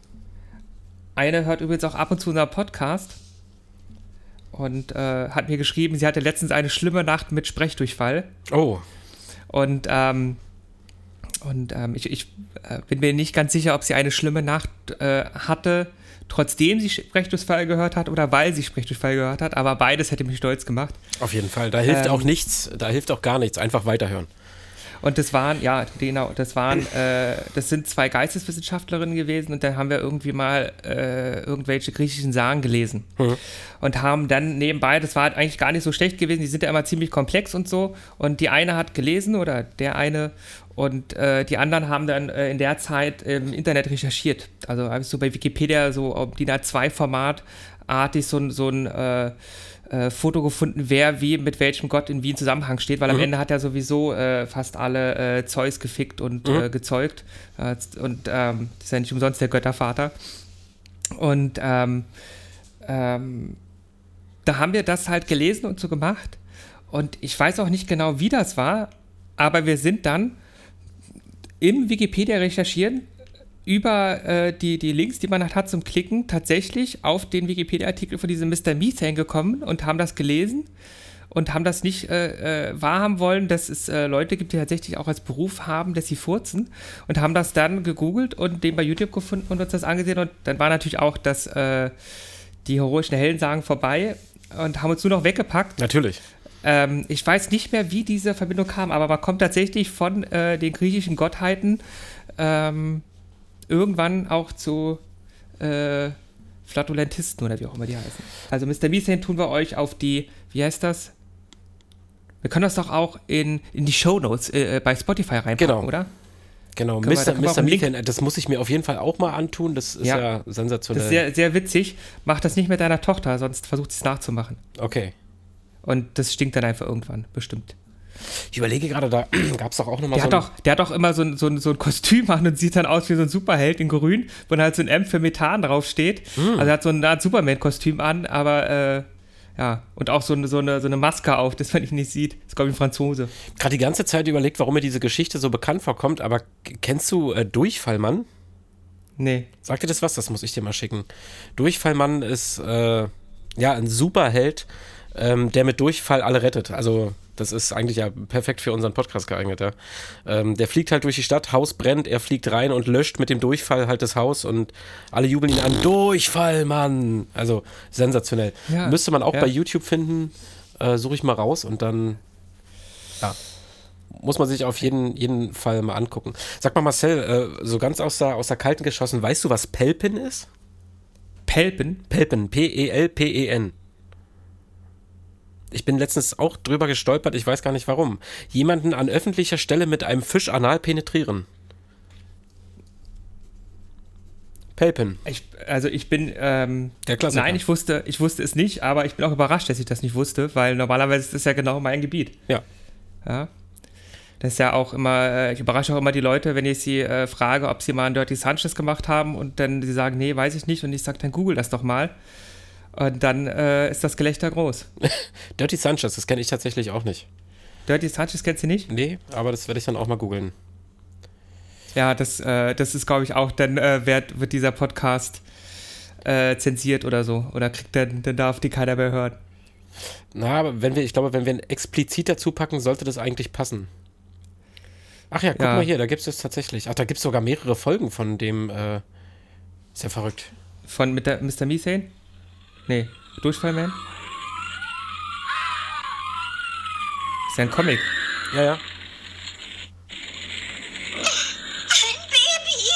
Eine hört übrigens auch ab und zu unseren Podcast. Und äh, hat mir geschrieben, sie hatte letztens eine schlimme Nacht mit Sprechdurchfall. Oh. Und, ähm, und ähm, ich, ich äh, bin mir nicht ganz sicher, ob sie eine schlimme Nacht äh, hatte, trotzdem sie Sprechdurchfall gehört hat oder weil sie Sprechdurchfall gehört hat. Aber beides hätte mich stolz gemacht. Auf jeden Fall. Da hilft Ähm, auch nichts, da hilft auch gar nichts. Einfach weiterhören. Und das waren, ja, genau, das waren, äh, das sind zwei Geisteswissenschaftlerinnen gewesen und dann haben wir irgendwie mal äh, irgendwelche griechischen Sagen gelesen. Mhm. Und haben dann nebenbei, das war halt eigentlich gar nicht so schlecht gewesen, die sind ja immer ziemlich komplex und so. Und die eine hat gelesen oder der eine und äh, die anderen haben dann äh, in der Zeit im Internet recherchiert. Also habe ich so bei Wikipedia so auf D I N A zwei Format artig so, ein- so ein äh, äh, Foto gefunden, wer wie mit welchem Gott in Wien Zusammenhang steht, weil am Mhm. Ende hat er sowieso äh, fast alle äh, Zeus gefickt und Mhm. äh, gezeugt. Äh, und ähm, das ist ja nicht umsonst der Göttervater. Und ähm, ähm, da haben wir das halt gelesen und so gemacht. Und ich weiß auch nicht genau, wie das war, aber wir sind dann im Wikipedia recherchieren über äh, die, die Links, die man halt hat zum Klicken, tatsächlich auf den Wikipedia-Artikel von diesem Mister Methane gekommen und haben das gelesen und haben das nicht äh, äh, wahrhaben wollen, dass es äh, Leute gibt, die tatsächlich auch als Beruf haben, dass sie furzen und haben das dann gegoogelt und den bei YouTube gefunden und uns das angesehen und dann war natürlich auch das, äh, die heroischen Heldensagen vorbei und haben uns nur noch weggepackt. Natürlich. Ähm, ich weiß nicht mehr, wie diese Verbindung kam, aber man kommt tatsächlich von äh, den griechischen Gottheiten ähm, irgendwann auch zu äh, Flatulentisten oder wie auch immer die heißen. Also Mister Methane tun wir euch auf die, wie heißt das? Wir können das doch auch in, in die Shownotes äh, bei Spotify reinpacken, Genau. oder? Genau, Können wir- da Mister können wir auch Mister einen Link- Methane, das muss ich mir auf jeden Fall auch mal antun. Das ist ja, Ja. sensationell. Das ist sehr, sehr witzig. Mach das nicht mit deiner Tochter, sonst versucht sie es nachzumachen. Okay. Und das stinkt dann einfach irgendwann, bestimmt. Ich überlege gerade, da gab es doch auch nochmal Der so hat, auch, der hat auch immer so ein, so, ein, so ein Kostüm an und sieht dann aus wie so ein Superheld in grün, wo dann halt so ein M für Methan draufsteht. Hm. Also er hat so eine Art Superman-Kostüm an, aber äh, ja, und auch so eine, so, eine, so eine Maske auf, das man nicht sieht. Das ist, glaube ich, ein Franzose. gerade die ganze Zeit überlegt, warum mir diese Geschichte so bekannt vorkommt, aber k- kennst du äh, Durchfallmann? Nee. Sagt dir das was? Das muss ich dir mal schicken. Durchfallmann ist äh, ja ein Superheld, ähm, der mit Durchfall alle rettet. Also das ist eigentlich ja perfekt für unseren Podcast geeignet. Ja. Ähm, der fliegt halt durch die Stadt, Haus brennt, er fliegt rein und löscht mit dem Durchfall halt das Haus und alle jubeln ihn an. Durchfallmann! Also sensationell. Ja, Müsste man auch ja. bei YouTube finden. Äh, Suche ich mal raus und dann ja, muss man sich auf jeden, jeden Fall mal angucken. Sag mal, Marcel, äh, so ganz aus der, aus der Kalten geschossen, weißt du, was Pelpen ist? Pelpen? Pelpen, P E L P E N. Ich bin letztens auch drüber gestolpert, ich weiß gar nicht warum. Jemanden an öffentlicher Stelle mit einem Fisch anal penetrieren. Pelpen. Ich, also ich bin, ähm, Der Klassiker. nein, ich wusste, ich wusste es nicht, aber ich bin auch überrascht, dass ich das nicht wusste, weil normalerweise ist das ja genau mein Gebiet. Ja. Ja. Das ist ja auch immer, äh, ich überrasche auch immer die Leute, wenn ich sie äh, frage, ob sie mal einen Dirty Sanchez gemacht haben und dann sie sagen, nee, weiß ich nicht und ich sage, dann google das doch mal. Und dann äh, ist das Gelächter groß. Dirty Sanchez, das kenne ich tatsächlich auch nicht. Dirty Sanchez kennst du nicht? Nee, aber das werde ich dann auch mal googeln. Ja, das, äh, das ist, glaube ich, auch, dann äh, wird, wird dieser Podcast äh, zensiert oder so. Oder kriegt dann, dann darf die keiner mehr hören. Na, aber wenn wir, ich glaube, wenn wir ihn explizit dazu packen, sollte das eigentlich passen. Ach ja, guck Ja. mal hier, da gibt es das tatsächlich. Ach, da gibt es sogar mehrere Folgen von dem, äh, ist ja verrückt. Von mit der Mister Methane? Nee, Durchfallman? Ist ja ein Comic. Ja, ja. Ein Baby!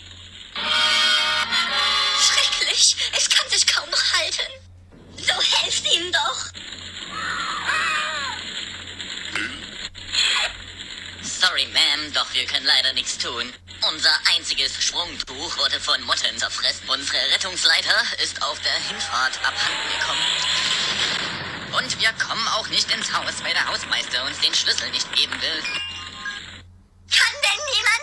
Schrecklich! Es kann sich kaum noch halten. So helft ihm doch! Sorry, Ma'am, doch wir können leider nichts tun. Unser einziges Sprungtuch wurde von Motten zerfressen. Unsere Rettungsleiter ist auf der Hinfahrt abhanden gekommen. Und wir kommen auch nicht ins Haus, weil der Hausmeister uns den Schlüssel nicht geben will. Kann denn niemand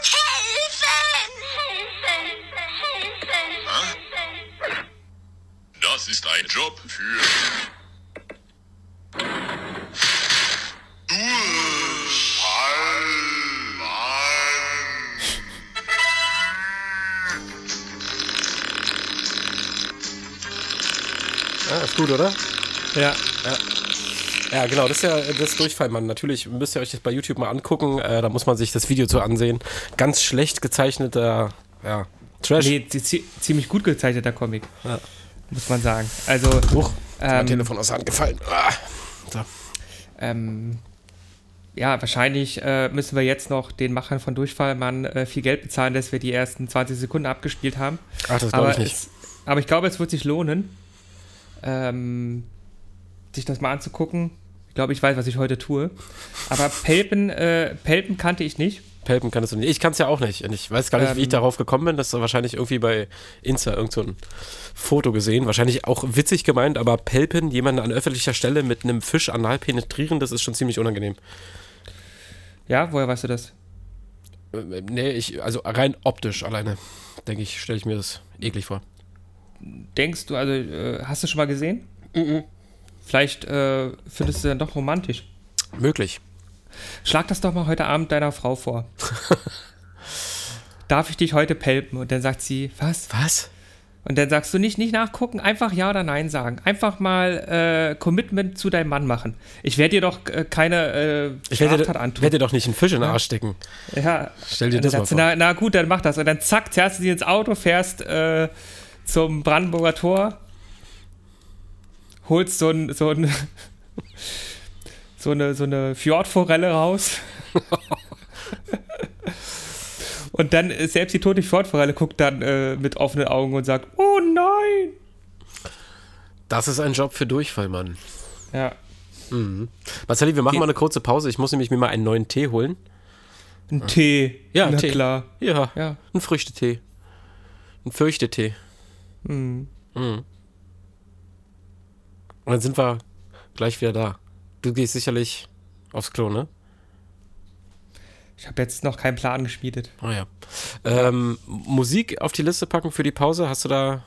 helfen? Helfen! Helfen! Das ist ein Job für... Ja, ist gut, oder? Ja. Ja, genau, das ist ja das Durchfallmann. Natürlich müsst ihr euch das bei YouTube mal angucken. Äh, da muss man sich das Video zu ansehen. Ganz schlecht gezeichneter, ja, Trash. Nee, zie- zie- ziemlich gut gezeichneter Comic. Ja. Muss man sagen. Also, Huch, ist mein ähm, Telefon aus der Hand gefallen. Ah. So. ähm, ja, wahrscheinlich äh, müssen wir jetzt noch den Machern von Durchfallmann äh, viel Geld bezahlen, dass wir die ersten zwanzig Sekunden abgespielt haben. Ach, das glaube Aber ich nicht. Es, aber ich glaube, es wird sich lohnen, ähm, sich das mal anzugucken. Ich glaube, ich weiß, was ich heute tue. Aber Pelpen, äh, Pelpen kannte ich nicht. Pelpen kannst du nicht. Ich kann es ja auch nicht. Und ich weiß gar nicht, wie ich Ähm. darauf gekommen bin. Das ist wahrscheinlich irgendwie bei Insta irgend so ein Foto gesehen. Wahrscheinlich auch witzig gemeint, aber Pelpen, jemanden an öffentlicher Stelle mit einem Fisch anal penetrieren, das ist schon ziemlich unangenehm. Ja, woher weißt du das? Äh, nee, ich, also rein optisch alleine, denke ich, stelle ich mir das eklig vor. Denkst du, also, äh, hast du schon mal gesehen? Mhm. Vielleicht äh, findest du dann doch romantisch. Möglich. Schlag das doch mal heute Abend deiner Frau vor. Darf ich dich heute pelpen? Und dann sagt sie, was? Was? Und dann sagst du nicht, nicht nachgucken, einfach Ja oder Nein sagen. Einfach mal äh, Commitment zu deinem Mann machen. Ich werde dir doch äh, keine äh, Ich werde Straftat dir, antun. werd dir doch nicht einen Fisch in den Arsch stecken. Ja. Stell dir Und das dann mal sagst du, vor. na, na gut, dann mach das. Und dann zack, zerrst du sie ins Auto, fährst äh, zum Brandenburger Tor, holst so, ein, so, ein, so eine, so eine Fjordforelle raus. Und dann äh, selbst die tote Fjordforelle guckt dann äh, mit offenen Augen und sagt, oh nein. Das ist ein Job für Durchfallmann. Ja. Mhm. Marcelli, wir machen Ge- mal eine kurze Pause. Ich muss nämlich mir mal einen neuen Tee holen. Ein Tee. Ja, Na Tee. klar. Ja, Ja. ein Früchtetee. Ein Fürchtetee. Mhm. Mhm. Und dann sind wir gleich wieder da. Du gehst sicherlich aufs Klo, ne? Ich habe jetzt noch keinen Plan geschmiedet. Oh ja. Ähm, Musik auf die Liste packen für die Pause. Hast du da...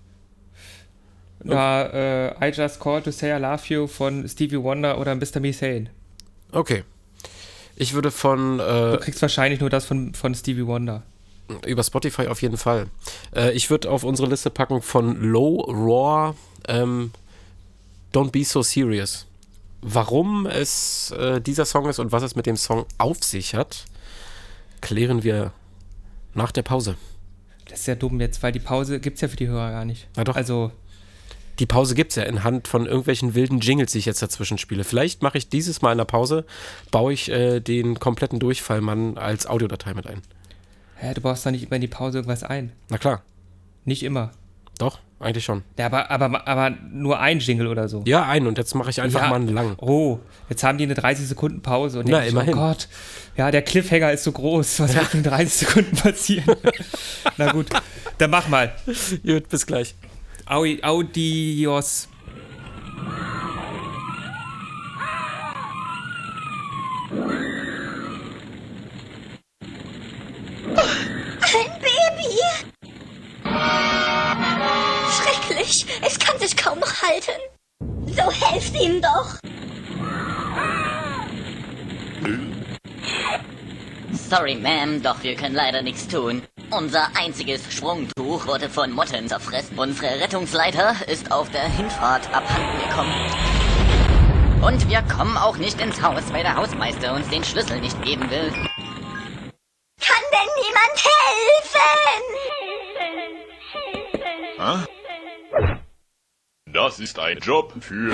Na, äh, I Just Called to Say I Love You von Stevie Wonder oder Mister Methane. Okay. Ich würde von... Du Äh, kriegst wahrscheinlich nur das von, von Stevie Wonder. über Spotify auf jeden Fall. Äh, ich würde auf unsere Liste packen von Low Roar ähm, Don't Be So Serious. Warum es äh, dieser Song ist und was es mit dem Song auf sich hat, klären wir nach der Pause. Das ist ja dumm jetzt, weil die Pause gibt's ja für die Hörer gar nicht. Na doch. Also, Die Pause gibt es ja anhand von irgendwelchen wilden Jingles, die ich jetzt dazwischen spiele. Vielleicht mache ich dieses Mal in der Pause, baue ich äh, den kompletten Durchfallmann als Audiodatei mit ein. hä, du baust doch nicht immer in die Pause irgendwas ein. Na klar, Nicht immer. doch, eigentlich schon. Ja, aber, aber, aber nur ein Jingle oder so. Ja, ein und jetzt mache ich einfach Ja. mal einen lang. Oh, jetzt haben die eine dreißig Sekunden Pause. Und Na, denk ich, immerhin. Oh Gott, ja, der Cliffhanger ist so groß. Was wird in dreißig Sekunden passieren? Na gut, dann mach mal. Gut, bis gleich. Audi, Audios. Ein Baby! Schrecklich! Es kann sich kaum noch halten. So helft ihm doch! Sorry, Ma'am, doch wir können leider nichts tun. Unser einziges Sprungtuch wurde von Motten zerfressen. Unsere Rettungsleiter ist auf der Hinfahrt abhanden gekommen. Und wir kommen auch nicht ins Haus, weil der Hausmeister uns den Schlüssel nicht geben will. Kann denn niemand helfen? Hä? Das ist ein Job für...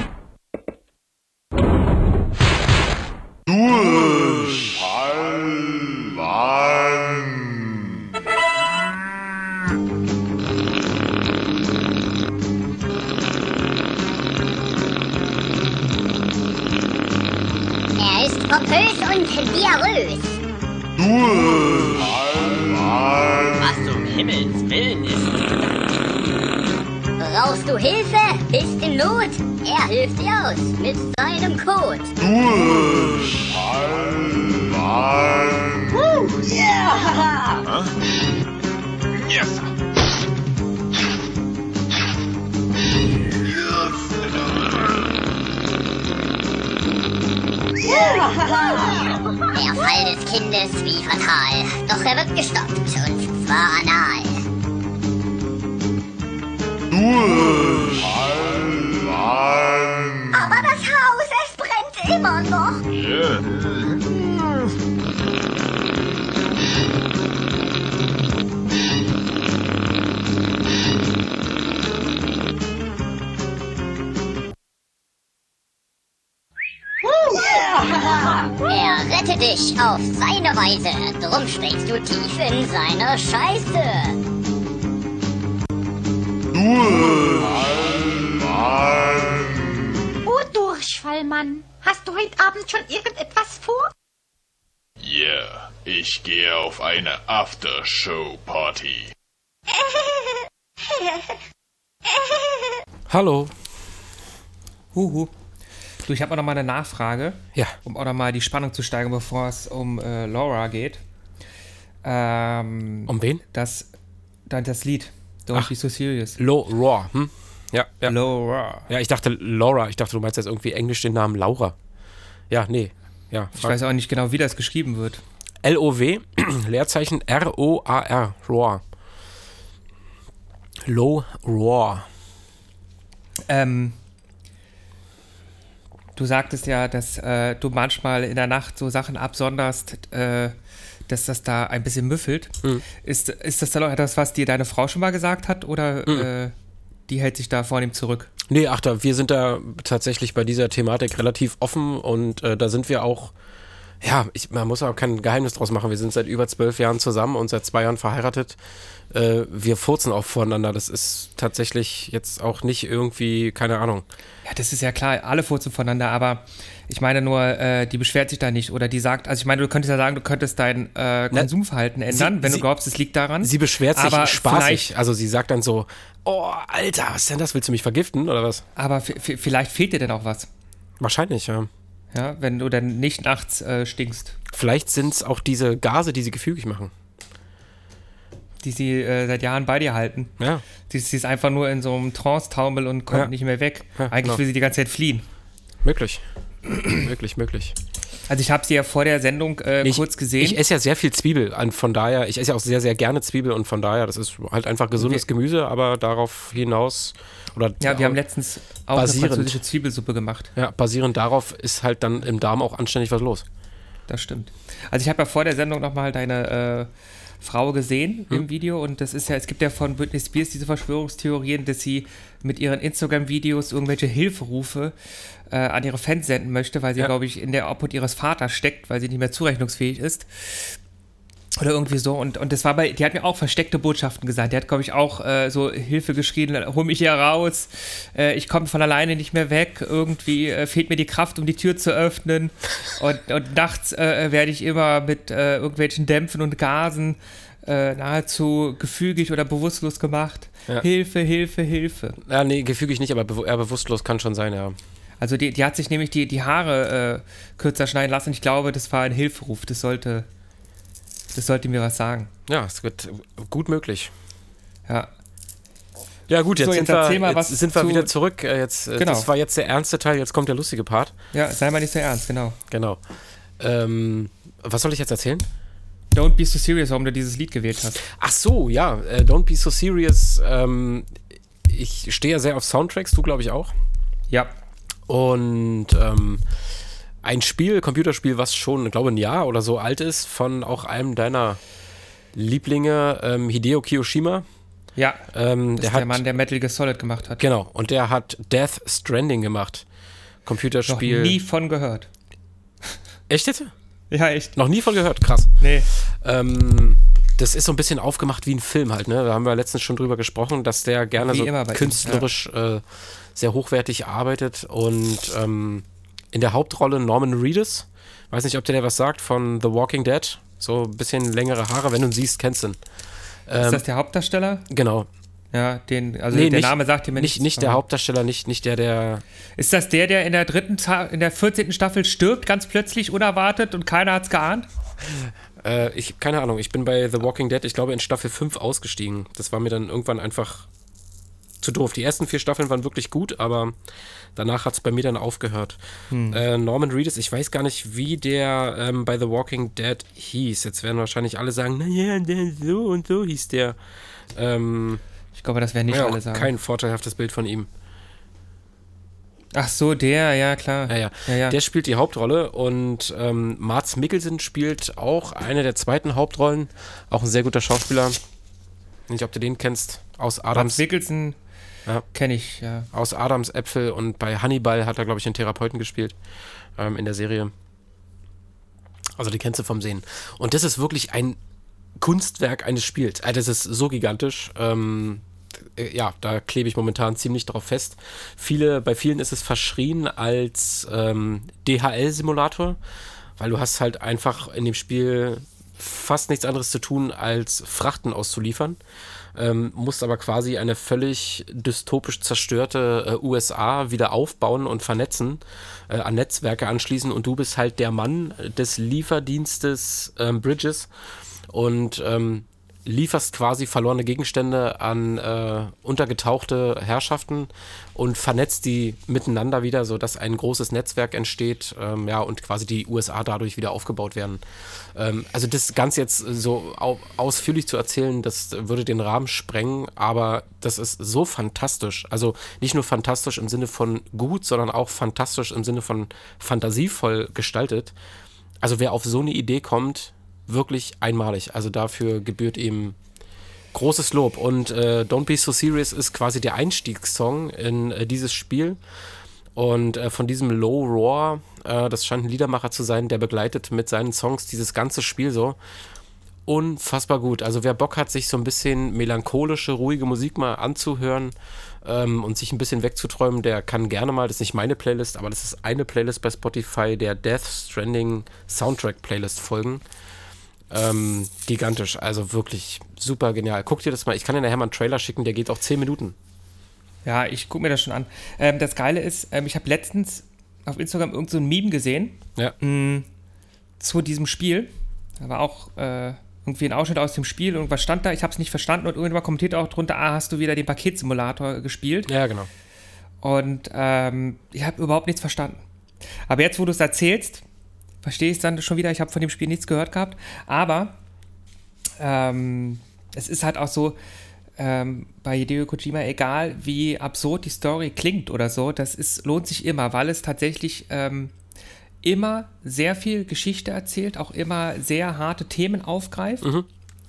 Er ist pompös und diarös. Was um Himmels Willen ist... Brauchst du Hilfe? Bist in Not? Er hilft dir aus mit seinem Code. Uh, yeah. Yes. Der Fall des Kindes wie fatal. Doch er wird gestoppt, und zwar anal. Aber das Haus, es brennt immer noch. Yeah. Er rettet dich auf seine Weise. Drum steckst du tief in seiner Scheiße. Oh, Durchfallmann. Hast du heute Abend schon irgendetwas vor? Ja, yeah, ich gehe auf eine Aftershow-Party. Hallo. Huhu. Du, ich habe auch noch mal eine Nachfrage, Ja. um auch noch mal die Spannung zu steigern, bevor es um äh, Laura geht. Ähm, Um wen? das, dann das Lied. Don't Ach. be so serious. Lo Raw, hm? Ja, ja. Laura. Ja, ich dachte Laura. Ich dachte, du meinst jetzt irgendwie englisch den Namen Laura. Ja, nee. Ja, Ich weiß auch nicht genau, wie das geschrieben wird. L O W, Leerzeichen R O A R, Raw. Low Raw. Ähm, du sagtest ja, dass äh, du manchmal in der Nacht so Sachen absonderst, äh, dass das da ein bisschen müffelt. Mhm. Ist, ist das dann auch etwas, was dir deine Frau schon mal gesagt hat, oder Mhm. äh, die hält sich da vornehm zurück? Nee, ach, da, wir sind da tatsächlich bei dieser Thematik relativ offen und äh, da sind wir auch, ja, ich, man muss auch kein Geheimnis draus machen. Wir sind seit über zwölf Jahren zusammen und seit zwei Jahren verheiratet. Äh, wir furzen auch voreinander. Das ist tatsächlich jetzt auch nicht irgendwie, keine Ahnung. Ja, das ist ja klar, alle furzen voneinander, aber ich meine nur, äh, die beschwert sich da nicht oder die sagt, also ich meine, du könntest ja sagen, du könntest dein äh, Konsumverhalten ändern, sie- wenn sie- du glaubst, es liegt daran. Sie beschwert sich aber spaßig. vielleicht- Also sie sagt dann so, oh, Alter, was ist denn das? Willst du mich vergiften oder was? Aber f- f- vielleicht fehlt dir denn auch was, Wahrscheinlich, ja. ja, wenn du dann nicht nachts äh, stinkst, Vielleicht sind es auch diese Gase, die sie gefügig machen. die sie äh, seit Jahren bei dir halten. Ja. Sie, sie ist einfach nur in so einem Trance-Taumel und kommt Ja. nicht mehr weg. Ja, Eigentlich genau. will sie die ganze Zeit fliehen. Möglich. möglich, möglich. Also ich habe sie ja vor der Sendung äh, Ich, kurz gesehen. ich esse ja sehr viel Zwiebel, an- von daher, ich esse ja auch sehr, sehr gerne Zwiebel und von daher, das ist halt einfach gesundes Wir- Gemüse, aber darauf hinaus, oder ja, wir haben letztens auch basierend. eine französische Zwiebelsuppe gemacht. ja, basierend darauf ist halt dann im Darm auch anständig was los. Das stimmt. Also ich habe ja vor der Sendung nochmal deine äh, Frau gesehen Hm. im Video und das ist ja, es gibt ja von Britney Spears diese Verschwörungstheorien, dass sie mit ihren Instagram-Videos irgendwelche Hilferufe äh, an ihre Fans senden möchte, weil sie, Ja. glaube ich, in der Obhut ihres Vaters steckt, weil sie nicht mehr zurechnungsfähig ist. Oder irgendwie so. Und, und das war bei, die hat mir auch versteckte Botschaften gesagt. Die hat, glaube ich, auch äh, so Hilfe geschrien, hol mich hier raus, äh, ich komme von alleine nicht mehr weg, irgendwie äh, fehlt mir die Kraft, um die Tür zu öffnen. Und, und nachts äh, werde ich immer mit äh, irgendwelchen Dämpfen und Gasen äh, nahezu gefügig oder bewusstlos gemacht. Ja. Hilfe, Hilfe, Hilfe. Ja, nee, gefügig nicht, aber bewu- eher bewusstlos kann schon sein, ja. Also die, die hat sich nämlich die, die Haare äh, kürzer schneiden lassen. Ich glaube, das war ein Hilferuf. Das sollte, das sollte mir was sagen. Ja, es wird gut möglich. Ja. Ja gut, jetzt, So, sind, jetzt erzähl wir, mal jetzt was sind wir zu- wieder zurück. Äh, Jetzt, äh, Genau. Das war jetzt der ernste Teil, jetzt kommt der lustige Part. Ja, sei mal nicht so ernst, genau. Genau. Ähm, was soll ich jetzt erzählen? Don't Be So Serious, warum du dieses Lied gewählt hast. Ach so, ja, äh, Don't Be So Serious. Ähm, ich stehe ja sehr auf Soundtracks, du glaube ich auch. Ja. Und ähm, ein Spiel, Computerspiel, was schon, glaube ich, ein Jahr oder so alt ist, von auch einem deiner Lieblinge, ähm, Hideo Kiyoshima. Ja, ähm, das der ist hat, der Mann, der Metal Gear Solid gemacht hat. Genau, und der hat Death Stranding gemacht. Computerspiel. Noch nie von gehört. Echt jetzt? Ja, echt. Noch nie von gehört, krass. Nee. Ähm, das ist so ein bisschen aufgemacht wie ein Film halt, ne? Da haben wir letztens schon drüber gesprochen, dass der gerne Wie so immer bei ihm, künstlerisch äh, sehr hochwertig arbeitet und ähm, in der Hauptrolle Norman Reedus. Weiß nicht, ob der dir was sagt, von The Walking Dead. So ein bisschen längere Haare, wenn du ihn siehst, kennst du ihn. Ähm, Ist das der Hauptdarsteller? Genau. Ja, den, also Nee, der nicht- Name sagt dir mir Nicht, nichts. nicht der aber- Hauptdarsteller, nicht, nicht der, der. Ist das der, der in der dritten, Ta- in der vierzehnten Staffel stirbt, ganz plötzlich, unerwartet und keiner hat's geahnt? Äh, ich, keine Ahnung, ich bin bei The Walking Dead, ich glaube, in Staffel fünf ausgestiegen. Das war mir dann irgendwann einfach zu doof. Die ersten vier Staffeln waren wirklich gut, aber danach hat es bei mir dann aufgehört. Hm. Äh, Norman Reedus, ich weiß gar nicht, wie der ähm, bei The Walking Dead hieß. Jetzt werden wahrscheinlich alle sagen, naja, der so und so hieß der. Ähm, Ich glaube, das werden nicht ja, alle sagen. kein vorteilhaftes Bild von ihm. Ach so, der, ja klar. Ja, ja. ja, ja. Der spielt die Hauptrolle und ähm, Mads Mikkelsen spielt auch eine der zweiten Hauptrollen. Auch ein sehr guter Schauspieler. Nicht, ob du den kennst. Aus Adams, Mads Mikkelsen Ja. kenne ich, ja. aus Adams Äpfel und bei Hannibal hat er, glaube ich, einen Therapeuten gespielt ähm, in der Serie. Also die kennst du vom Sehen. Und das ist wirklich ein Kunstwerk eines Spiels. Also das ist so gigantisch. Ähm, äh, ja, da klebe ich momentan ziemlich drauf fest. Viele, bei vielen ist es verschrien als ähm, D H L-Simulator, weil du hast halt einfach in dem Spiel fast nichts anderes zu tun, als Frachten auszuliefern. Ähm, musst aber quasi eine völlig dystopisch zerstörte äh, U S A wieder aufbauen und vernetzen, äh, an Netzwerke anschließen und du bist halt der Mann des Lieferdienstes ähm, Bridges und ähm, lieferst quasi verlorene Gegenstände an äh, untergetauchte Herrschaften und vernetzt die miteinander wieder, sodass ein großes Netzwerk entsteht, ähm, ja, und quasi die U S A dadurch wieder aufgebaut werden. Ähm, also das Ganze jetzt so au- ausführlich zu erzählen, das würde den Rahmen sprengen, aber das ist so fantastisch. Also nicht nur fantastisch im Sinne von gut, sondern auch fantastisch im Sinne von fantasievoll gestaltet. Also wer auf so eine Idee kommt, wirklich einmalig. Also dafür gebührt ihm großes Lob. Und äh, Don't Be So Serious ist quasi der Einstiegssong in äh, dieses Spiel. Und äh, von diesem Low Roar, äh, das scheint ein Liedermacher zu sein, der begleitet mit seinen Songs dieses ganze Spiel so. Unfassbar gut. Also wer Bock hat, sich so ein bisschen melancholische, ruhige Musik mal anzuhören ähm, und sich ein bisschen wegzuträumen, der kann gerne mal, das ist nicht meine Playlist, aber das ist eine Playlist bei Spotify, der Death Stranding Soundtrack Playlist folgen. Ähm, gigantisch, also wirklich super genial. Guck dir das mal, ich kann dir nachher mal einen Trailer schicken, der geht auch zehn Minuten. Ja, ich gucke mir das schon an. Ähm, das Geile ist, ähm, ich habe letztens auf Instagram irgend so ein Meme gesehen Ja. mh, zu diesem Spiel. Da war auch äh, irgendwie ein Ausschnitt aus dem Spiel, irgendwas stand da, ich habe es nicht verstanden und irgendwann kommentiert auch drunter, ah, hast du wieder den Paketsimulator gespielt? Ja, genau. Und ähm, ich habe überhaupt nichts verstanden. Aber jetzt, wo du es erzählst, verstehe ich es dann schon wieder. Ich habe von dem Spiel nichts gehört gehabt. Aber ähm, es ist halt auch so, ähm, bei Hideo Kojima, egal wie absurd die Story klingt oder so, das ist, lohnt sich immer, weil es tatsächlich ähm, immer sehr viel Geschichte erzählt, auch immer sehr harte Themen aufgreift. Mhm.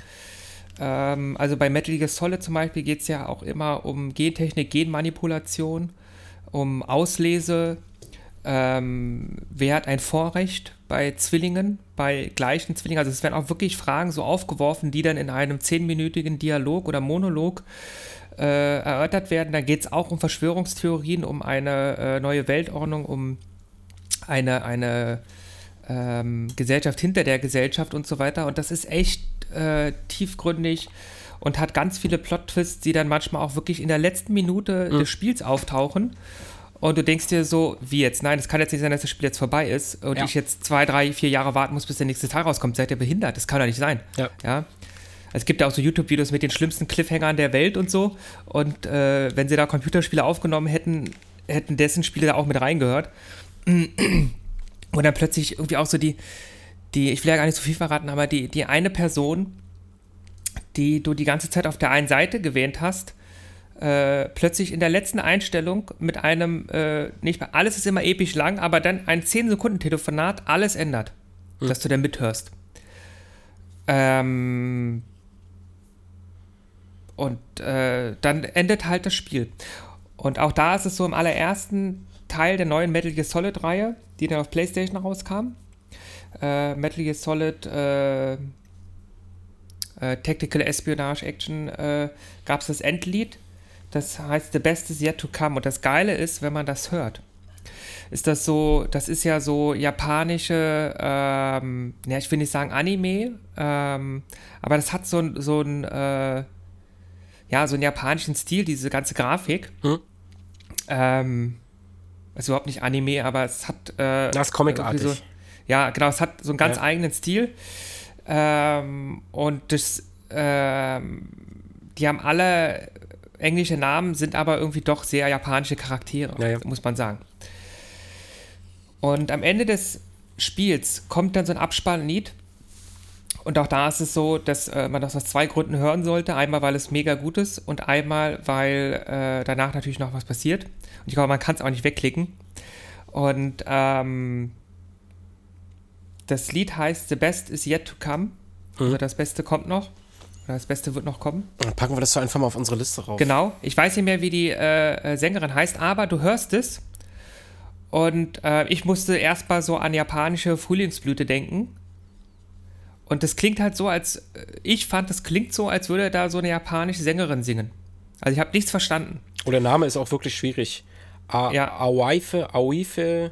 Ähm, also bei Metal Gear Solid zum Beispiel geht es ja auch immer um Gentechnik, Genmanipulation, um Auslese. Ähm, wer hat ein Vorrecht bei Zwillingen, bei gleichen Zwillingen? Also es werden auch wirklich Fragen so aufgeworfen, die dann in einem zehnminütigen Dialog oder Monolog äh, erörtert werden. Da geht es auch um Verschwörungstheorien, um eine äh, neue Weltordnung, um eine, eine ähm, Gesellschaft hinter der Gesellschaft und so weiter. Und das ist echt äh, tiefgründig und hat ganz viele Plot-Twists, die dann manchmal auch wirklich in der letzten Minute mhm. des Spiels auftauchen. Und du denkst dir so, wie jetzt? Nein, es kann jetzt nicht sein, dass das Spiel jetzt vorbei ist und ja. ich jetzt zwei, drei, vier Jahre warten muss, bis der nächste Teil rauskommt. Seid ihr behindert? Das kann doch nicht sein. Ja. ja? Es gibt ja auch so YouTube-Videos mit den schlimmsten Cliffhangern der Welt und so. Und äh, wenn sie da Computerspiele aufgenommen hätten, hätten dessen Spiele da auch mit reingehört. Und dann plötzlich irgendwie auch so die, die, ich will ja gar nicht so viel verraten, aber die, die eine Person, die du die ganze Zeit auf der einen Seite gewähnt hast, äh, plötzlich in der letzten Einstellung mit einem, äh, nicht mehr, alles ist immer episch lang, aber dann ein zehn Sekunden Telefonat alles ändert, hm. dass du dann mithörst. Ähm, und äh, dann endet halt das Spiel. Und auch da ist es so im allerersten Teil der neuen Metal Gear Solid-Reihe, die dann auf PlayStation rauskam. Äh, Metal Gear Solid äh, äh, Tactical Espionage Action äh, gab es das Endlied. Das heißt The Best is Yet to Come. Und das Geile ist, wenn man das hört, ist das so, das ist ja so japanische, ähm, ja, ich will nicht sagen Anime, ähm, aber das hat so, so ein, äh, ja, so einen japanischen Stil, diese ganze Grafik. Hm. Ähm, ist überhaupt nicht Anime, aber es hat, äh, das ist comicartig. So, ja, genau, es hat so einen ganz ja. eigenen Stil. Ähm, und das, ähm, die haben alle englische Namen, sind aber irgendwie doch sehr japanische Charaktere, ja, ja. muss man sagen. Und am Ende des Spiels kommt dann so ein Abspannlied. Und auch da ist es so, dass äh, man das aus zwei Gründen hören sollte. Einmal, weil es mega gut ist und einmal, weil äh, danach natürlich noch was passiert. Und ich glaube, man kann es auch nicht wegklicken. Und ähm, das Lied heißt The Best is Yet to Come. Mhm. Also das Beste kommt noch. Oder das Beste wird noch kommen. Dann packen wir das so einfach mal auf unsere Liste rauf. Genau. Ich weiß nicht mehr, wie die äh, Sängerin heißt, aber du hörst es. Und äh, ich musste erst mal so an japanische Frühlingsblüte denken. Und das klingt halt so, als, ich fand, das klingt so, als würde da so eine japanische Sängerin singen. Also ich habe nichts verstanden. Und der Name ist auch wirklich schwierig. A- ja. Awaife, Awife,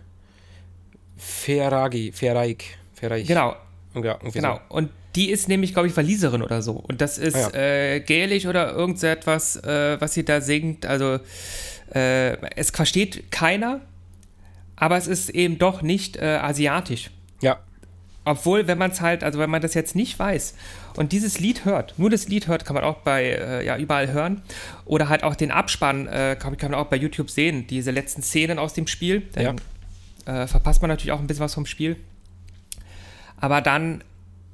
Feragi, Feraik, Feraik. Genau. Ja, genau. So. Und die ist nämlich, glaube ich, Waliserin oder so. Und das ist ah, ja. äh, gälisch oder irgend so etwas, äh, was sie da singt. Also äh, es versteht keiner, aber es ist eben doch nicht äh, asiatisch. Ja. Obwohl, wenn man es halt, also wenn man das jetzt nicht weiß und dieses Lied hört, nur das Lied hört, kann man auch bei, äh, ja, überall hören. Oder halt auch den Abspann, äh, kann, kann man auch bei YouTube sehen, diese letzten Szenen aus dem Spiel. Dann ja. äh, verpasst man natürlich auch ein bisschen was vom Spiel. Aber dann,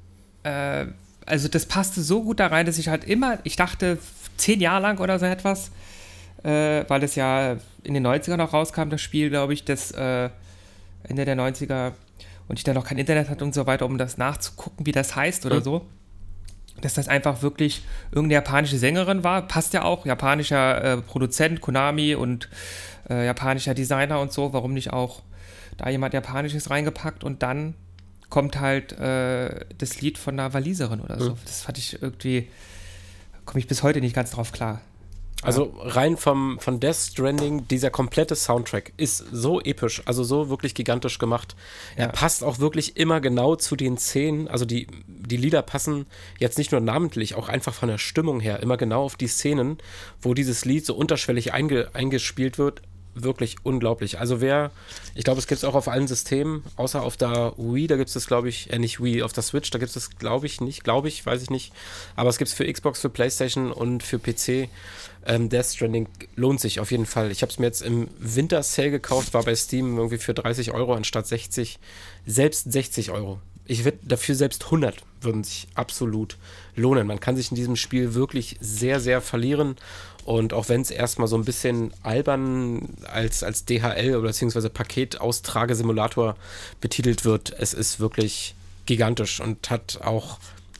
äh, also das passte so gut da rein, dass ich halt immer, ich dachte, zehn Jahre lang oder so etwas, äh, weil das ja in den neunzigern noch rauskam, das Spiel, glaube ich, das äh, Ende der neunziger, und ich dann noch kein Internet hatte und so weiter, um das nachzugucken, wie das heißt oder mhm. so, dass das einfach wirklich irgendeine japanische Sängerin war, passt ja auch, japanischer äh, Produzent, Konami und äh, japanischer Designer und so, warum nicht auch da jemand Japanisches reingepackt und dann kommt halt äh, das Lied von einer Waliserin oder so. Mhm. Das fand ich irgendwie, komme ich bis heute nicht ganz drauf klar. Also rein vom, von Death Stranding, dieser komplette Soundtrack ist so episch, also so wirklich gigantisch gemacht. Ja. Er passt auch wirklich immer genau zu den Szenen, also die, die Lieder passen jetzt nicht nur namentlich, auch einfach von der Stimmung her, immer genau auf die Szenen, wo dieses Lied so unterschwellig einge, eingespielt wird. Wirklich unglaublich. Also wer, ich glaube, es gibt es auch auf allen Systemen, außer auf der Wii, da gibt es das, glaube ich, äh nicht Wii, auf der Switch, da gibt es das, glaube ich, nicht, glaube ich, weiß ich nicht. Aber es gibt es für Xbox, für PlayStation und für P C. Ähm, Death Stranding lohnt sich auf jeden Fall. Ich habe es mir jetzt im Winter-Sale gekauft, war bei Steam irgendwie für dreißig Euro anstatt sechzig. Selbst sechzig Euro. Ich wette, dafür selbst hundert würden sich absolut lohnen. Man kann sich in diesem Spiel wirklich sehr, sehr verlieren. Und auch wenn es erstmal so ein bisschen albern als, als D H L oder beziehungsweise Paketaustragesimulator betitelt wird, es ist wirklich gigantisch und hat auch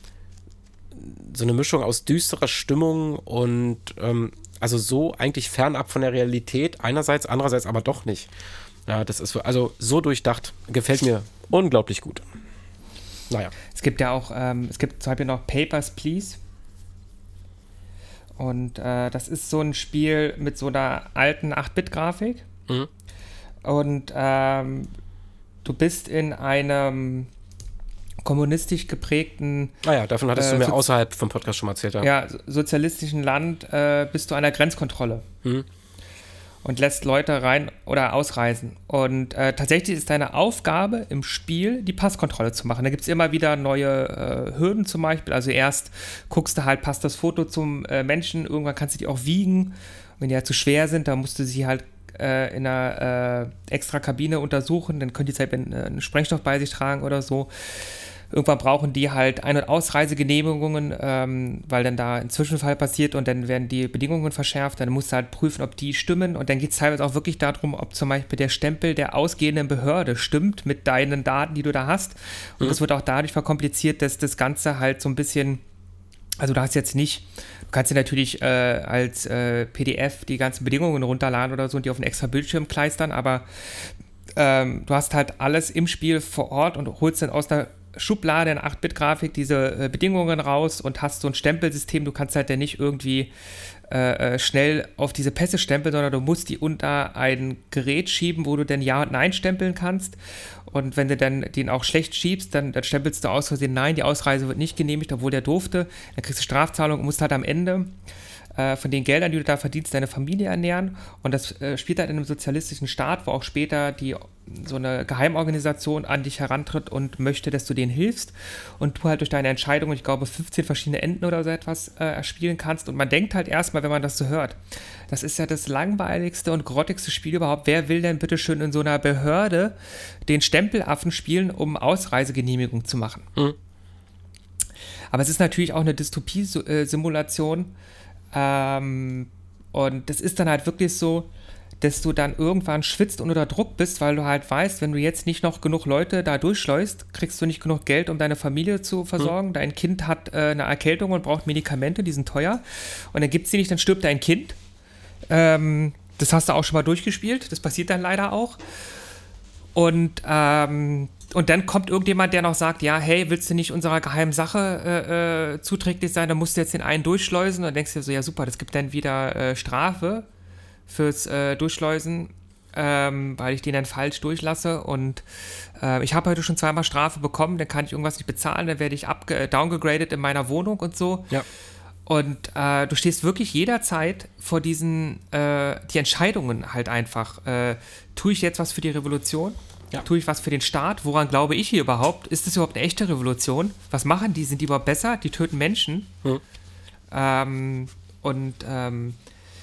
so eine Mischung aus düsterer Stimmung und ähm, also so eigentlich fernab von der Realität einerseits, andererseits aber doch nicht. Ja, das ist also so durchdacht, gefällt mir unglaublich gut. Naja. Es gibt ja auch, ähm, es gibt zum Beispiel noch Papers, Please. Und äh, das ist so ein Spiel mit so einer alten acht Bit Grafik. Mhm. Und ähm, du bist in einem kommunistisch geprägten... Ah ja, davon hattest äh, du mir so, außerhalb vom Podcast schon mal erzählt. Ja, ja sozialistischen Land äh, bist du an der Grenzkontrolle. Mhm. Und lässt Leute rein oder ausreisen. Und äh, tatsächlich ist deine Aufgabe im Spiel, die Passkontrolle zu machen. Da gibt es immer wieder neue äh, Hürden zum Beispiel. Also erst guckst du halt, passt das Foto zum äh, Menschen, irgendwann kannst du die auch wiegen. Und wenn die halt zu schwer sind, dann musst du sie halt äh, in einer äh, extra Kabine untersuchen. Dann können die halt einen, einen Sprengstoff bei sich tragen oder so. irgendwann brauchen die halt Ein- und Ausreisegenehmigungen, ähm, weil dann da ein Zwischenfall passiert und dann werden die Bedingungen verschärft. Dann musst du halt prüfen, ob die stimmen. Und dann geht es teilweise auch wirklich darum, ob zum Beispiel der Stempel der ausgehenden Behörde stimmt mit deinen Daten, die du da hast. Und mhm. das wird auch dadurch verkompliziert, dass das Ganze halt so ein bisschen, also du hast jetzt nicht, du kannst dir natürlich äh, als äh, P D F die ganzen Bedingungen runterladen oder so und die auf einen extra Bildschirm kleistern, aber ähm, du hast halt alles im Spiel vor Ort und holst dann aus der Schublade in acht Bit Grafik diese äh, Bedingungen raus und hast so ein Stempelsystem. Du kannst halt dann nicht irgendwie äh, schnell auf diese Pässe stempeln, sondern du musst die unter ein Gerät schieben, wo du dann Ja und Nein stempeln kannst. Und wenn du dann den auch schlecht schiebst, dann, dann stempelst du aus Versehen Nein, die Ausreise wird nicht genehmigt, obwohl der durfte. Dann kriegst du Strafzahlung und musst halt am Ende äh, von den Geldern, die du da verdienst, deine Familie ernähren. Und das äh, spielt halt in einem sozialistischen Staat, wo auch später die so eine Geheimorganisation an dich herantritt und möchte, dass du denen hilfst und du halt durch deine Entscheidung, ich glaube, fünfzehn verschiedene Enden oder so etwas äh, erspielen kannst. Und man denkt halt erstmal, wenn man das so hört, das ist ja das langweiligste und grottigste Spiel überhaupt. Wer will denn bitte schön in so einer Behörde den Stempelaffen spielen, um Ausreisegenehmigung zu machen? Mhm. Aber es ist natürlich auch eine Dystopie-Simulation ähm, und das ist dann halt wirklich so, dass du dann irgendwann schwitzt und unter Druck bist, weil du halt weißt, wenn du jetzt nicht noch genug Leute da durchschleust, kriegst du nicht genug Geld, um deine Familie zu versorgen. Mhm. Dein Kind hat äh, eine Erkältung und braucht Medikamente, die sind teuer. Und dann gibt es die nicht, dann stirbt dein Kind. Ähm, das hast du auch schon mal durchgespielt. Das passiert dann leider auch. Und, ähm, und dann kommt irgendjemand, der noch sagt, ja, hey, willst du nicht unserer geheimen Sache äh, äh, zuträglich sein? Dann musst du jetzt den einen durchschleusen. Und dann denkst du dir so, ja super, das gibt dann wieder äh, Strafe fürs äh, Durchschleusen, ähm, weil ich den dann falsch durchlasse und äh, ich habe heute schon zweimal Strafe bekommen, dann kann ich irgendwas nicht bezahlen, dann werde ich abge- downgegradet in meiner Wohnung und so. Ja. Und äh, du stehst wirklich jederzeit vor diesen, äh, die Entscheidungen halt einfach. Äh, tue ich jetzt was für die Revolution? Ja. Tue ich was für den Staat? Woran glaube ich hier überhaupt? Ist das überhaupt eine echte Revolution? Was machen die? Sind die überhaupt besser? Die töten Menschen. Hm. Ähm, und ähm,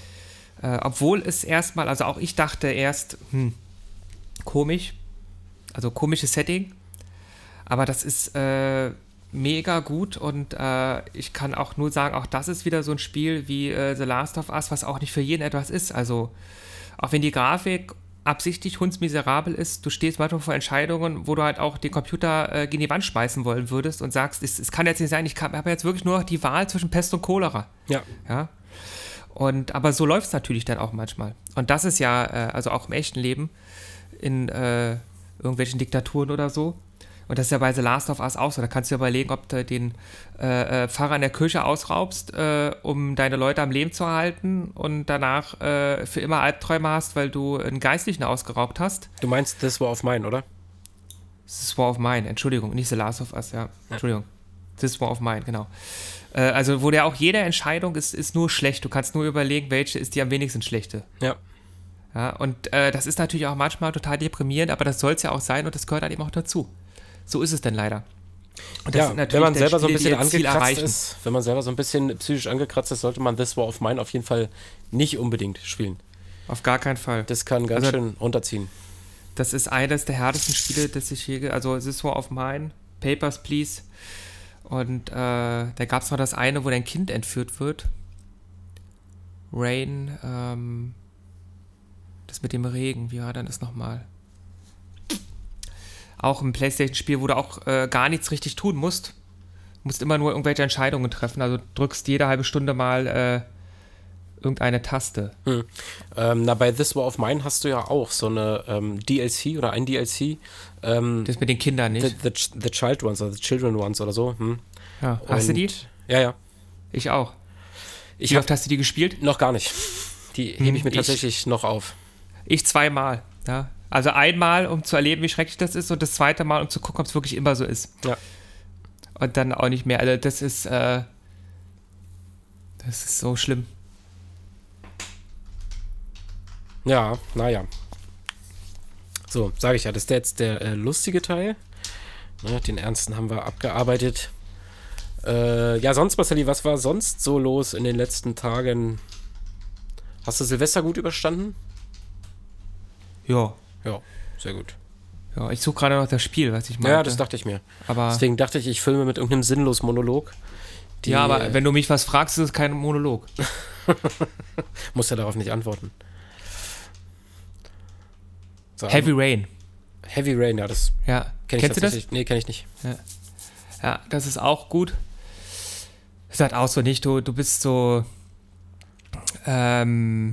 Äh, obwohl es erstmal, also auch ich dachte erst, hm, komisch, also komisches Setting, aber das ist äh, mega gut und äh, ich kann auch nur sagen, auch das ist wieder so ein Spiel wie äh, The Last of Us, was auch nicht für jeden etwas ist. Also auch wenn die Grafik absichtlich hundsmiserabel ist, du stehst manchmal vor Entscheidungen, wo du halt auch den Computer äh, gegen die Wand schmeißen wollen würdest und sagst, es, es kann jetzt nicht sein, ich habe jetzt wirklich nur noch die Wahl zwischen Pest und Cholera. Ja. Ja. Und, aber so läuft es natürlich dann auch manchmal. Und das ist ja, äh, also auch im echten Leben, in äh, irgendwelchen Diktaturen oder so. Und das ist ja bei The Last of Us auch so. Da kannst du dir überlegen, ob du den äh, äh, Pfarrer in der Kirche ausraubst, äh, um deine Leute am Leben zu erhalten und danach äh, für immer Albträume hast, weil du einen Geistlichen ausgeraubt hast. Du meinst This War of Mine, oder? This War of Mine, Entschuldigung, nicht The Last of Us, ja. ja. Entschuldigung. This War of Mine, genau. Also wo der auch jede Entscheidung ist, ist nur schlecht. Du kannst nur überlegen, welche ist die am wenigsten schlechte. Ja. Ja und äh, das ist natürlich auch manchmal total deprimierend, aber das soll es ja auch sein und das gehört halt eben auch dazu. So ist es denn leider. Und das ja, sind natürlich wenn man selber Spiele, so ein bisschen angekratzt ist, wenn man selber so ein bisschen psychisch angekratzt ist, sollte man This War of Mine auf jeden Fall nicht unbedingt spielen. Auf gar keinen Fall. Das kann ganz also, schön runterziehen. Das ist eines der härtesten Spiele, das ich je, also This War of Mine, Papers, Please. Und äh, da gab es noch das eine, wo dein Kind entführt wird. Rain, ähm, das mit dem Regen, wie war denn das nochmal? Auch ein PlayStation-Spiel, wo du auch äh, gar nichts richtig tun musst. Du musst immer nur irgendwelche Entscheidungen treffen. Also drückst jede halbe Stunde mal äh, irgendeine Taste. Hm. Ähm, na, bei This War of Mine hast du ja auch so eine ähm, D L C oder ein D L C. Ähm, das mit den Kindern nicht? The, the, the Child Ones oder The Children Ones oder so. Hm. Ja. Hast du die? Ja, ja. Ich auch. Ich Wie oft hast du die gespielt? Noch gar nicht. Die hebe hm, ich mir tatsächlich ich, noch auf. Ich zweimal, ja. Also einmal, um zu erleben, wie schrecklich das ist und das zweite Mal, um zu gucken, ob es wirklich immer so ist. Ja. Und dann auch nicht mehr. Also das ist, äh, das ist so schlimm. Ja, naja. So, sage ich ja, das ist jetzt der äh, lustige Teil. Ne, den ernsten haben wir abgearbeitet. Äh, ja, sonst, Marcelli, was war sonst so los in den letzten Tagen? Hast du Silvester gut überstanden? Ja. Ja, sehr gut. Ja, ich suche gerade noch das Spiel, was ich meinte. Ja, das dachte ich mir. Aber Deswegen dachte ich, ich filme mit irgendeinem sinnlosen Monolog. Die, ja, aber wenn du mich was fragst, ist es kein Monolog. Muss ja darauf nicht antworten. So, Heavy Rain. Heavy Rain, ja, das Ja. kenn ich Kennst du das? tatsächlich. Nee, kenn ich nicht. Ja, das ist auch gut. Ist halt auch so nicht, du, du bist so ähm,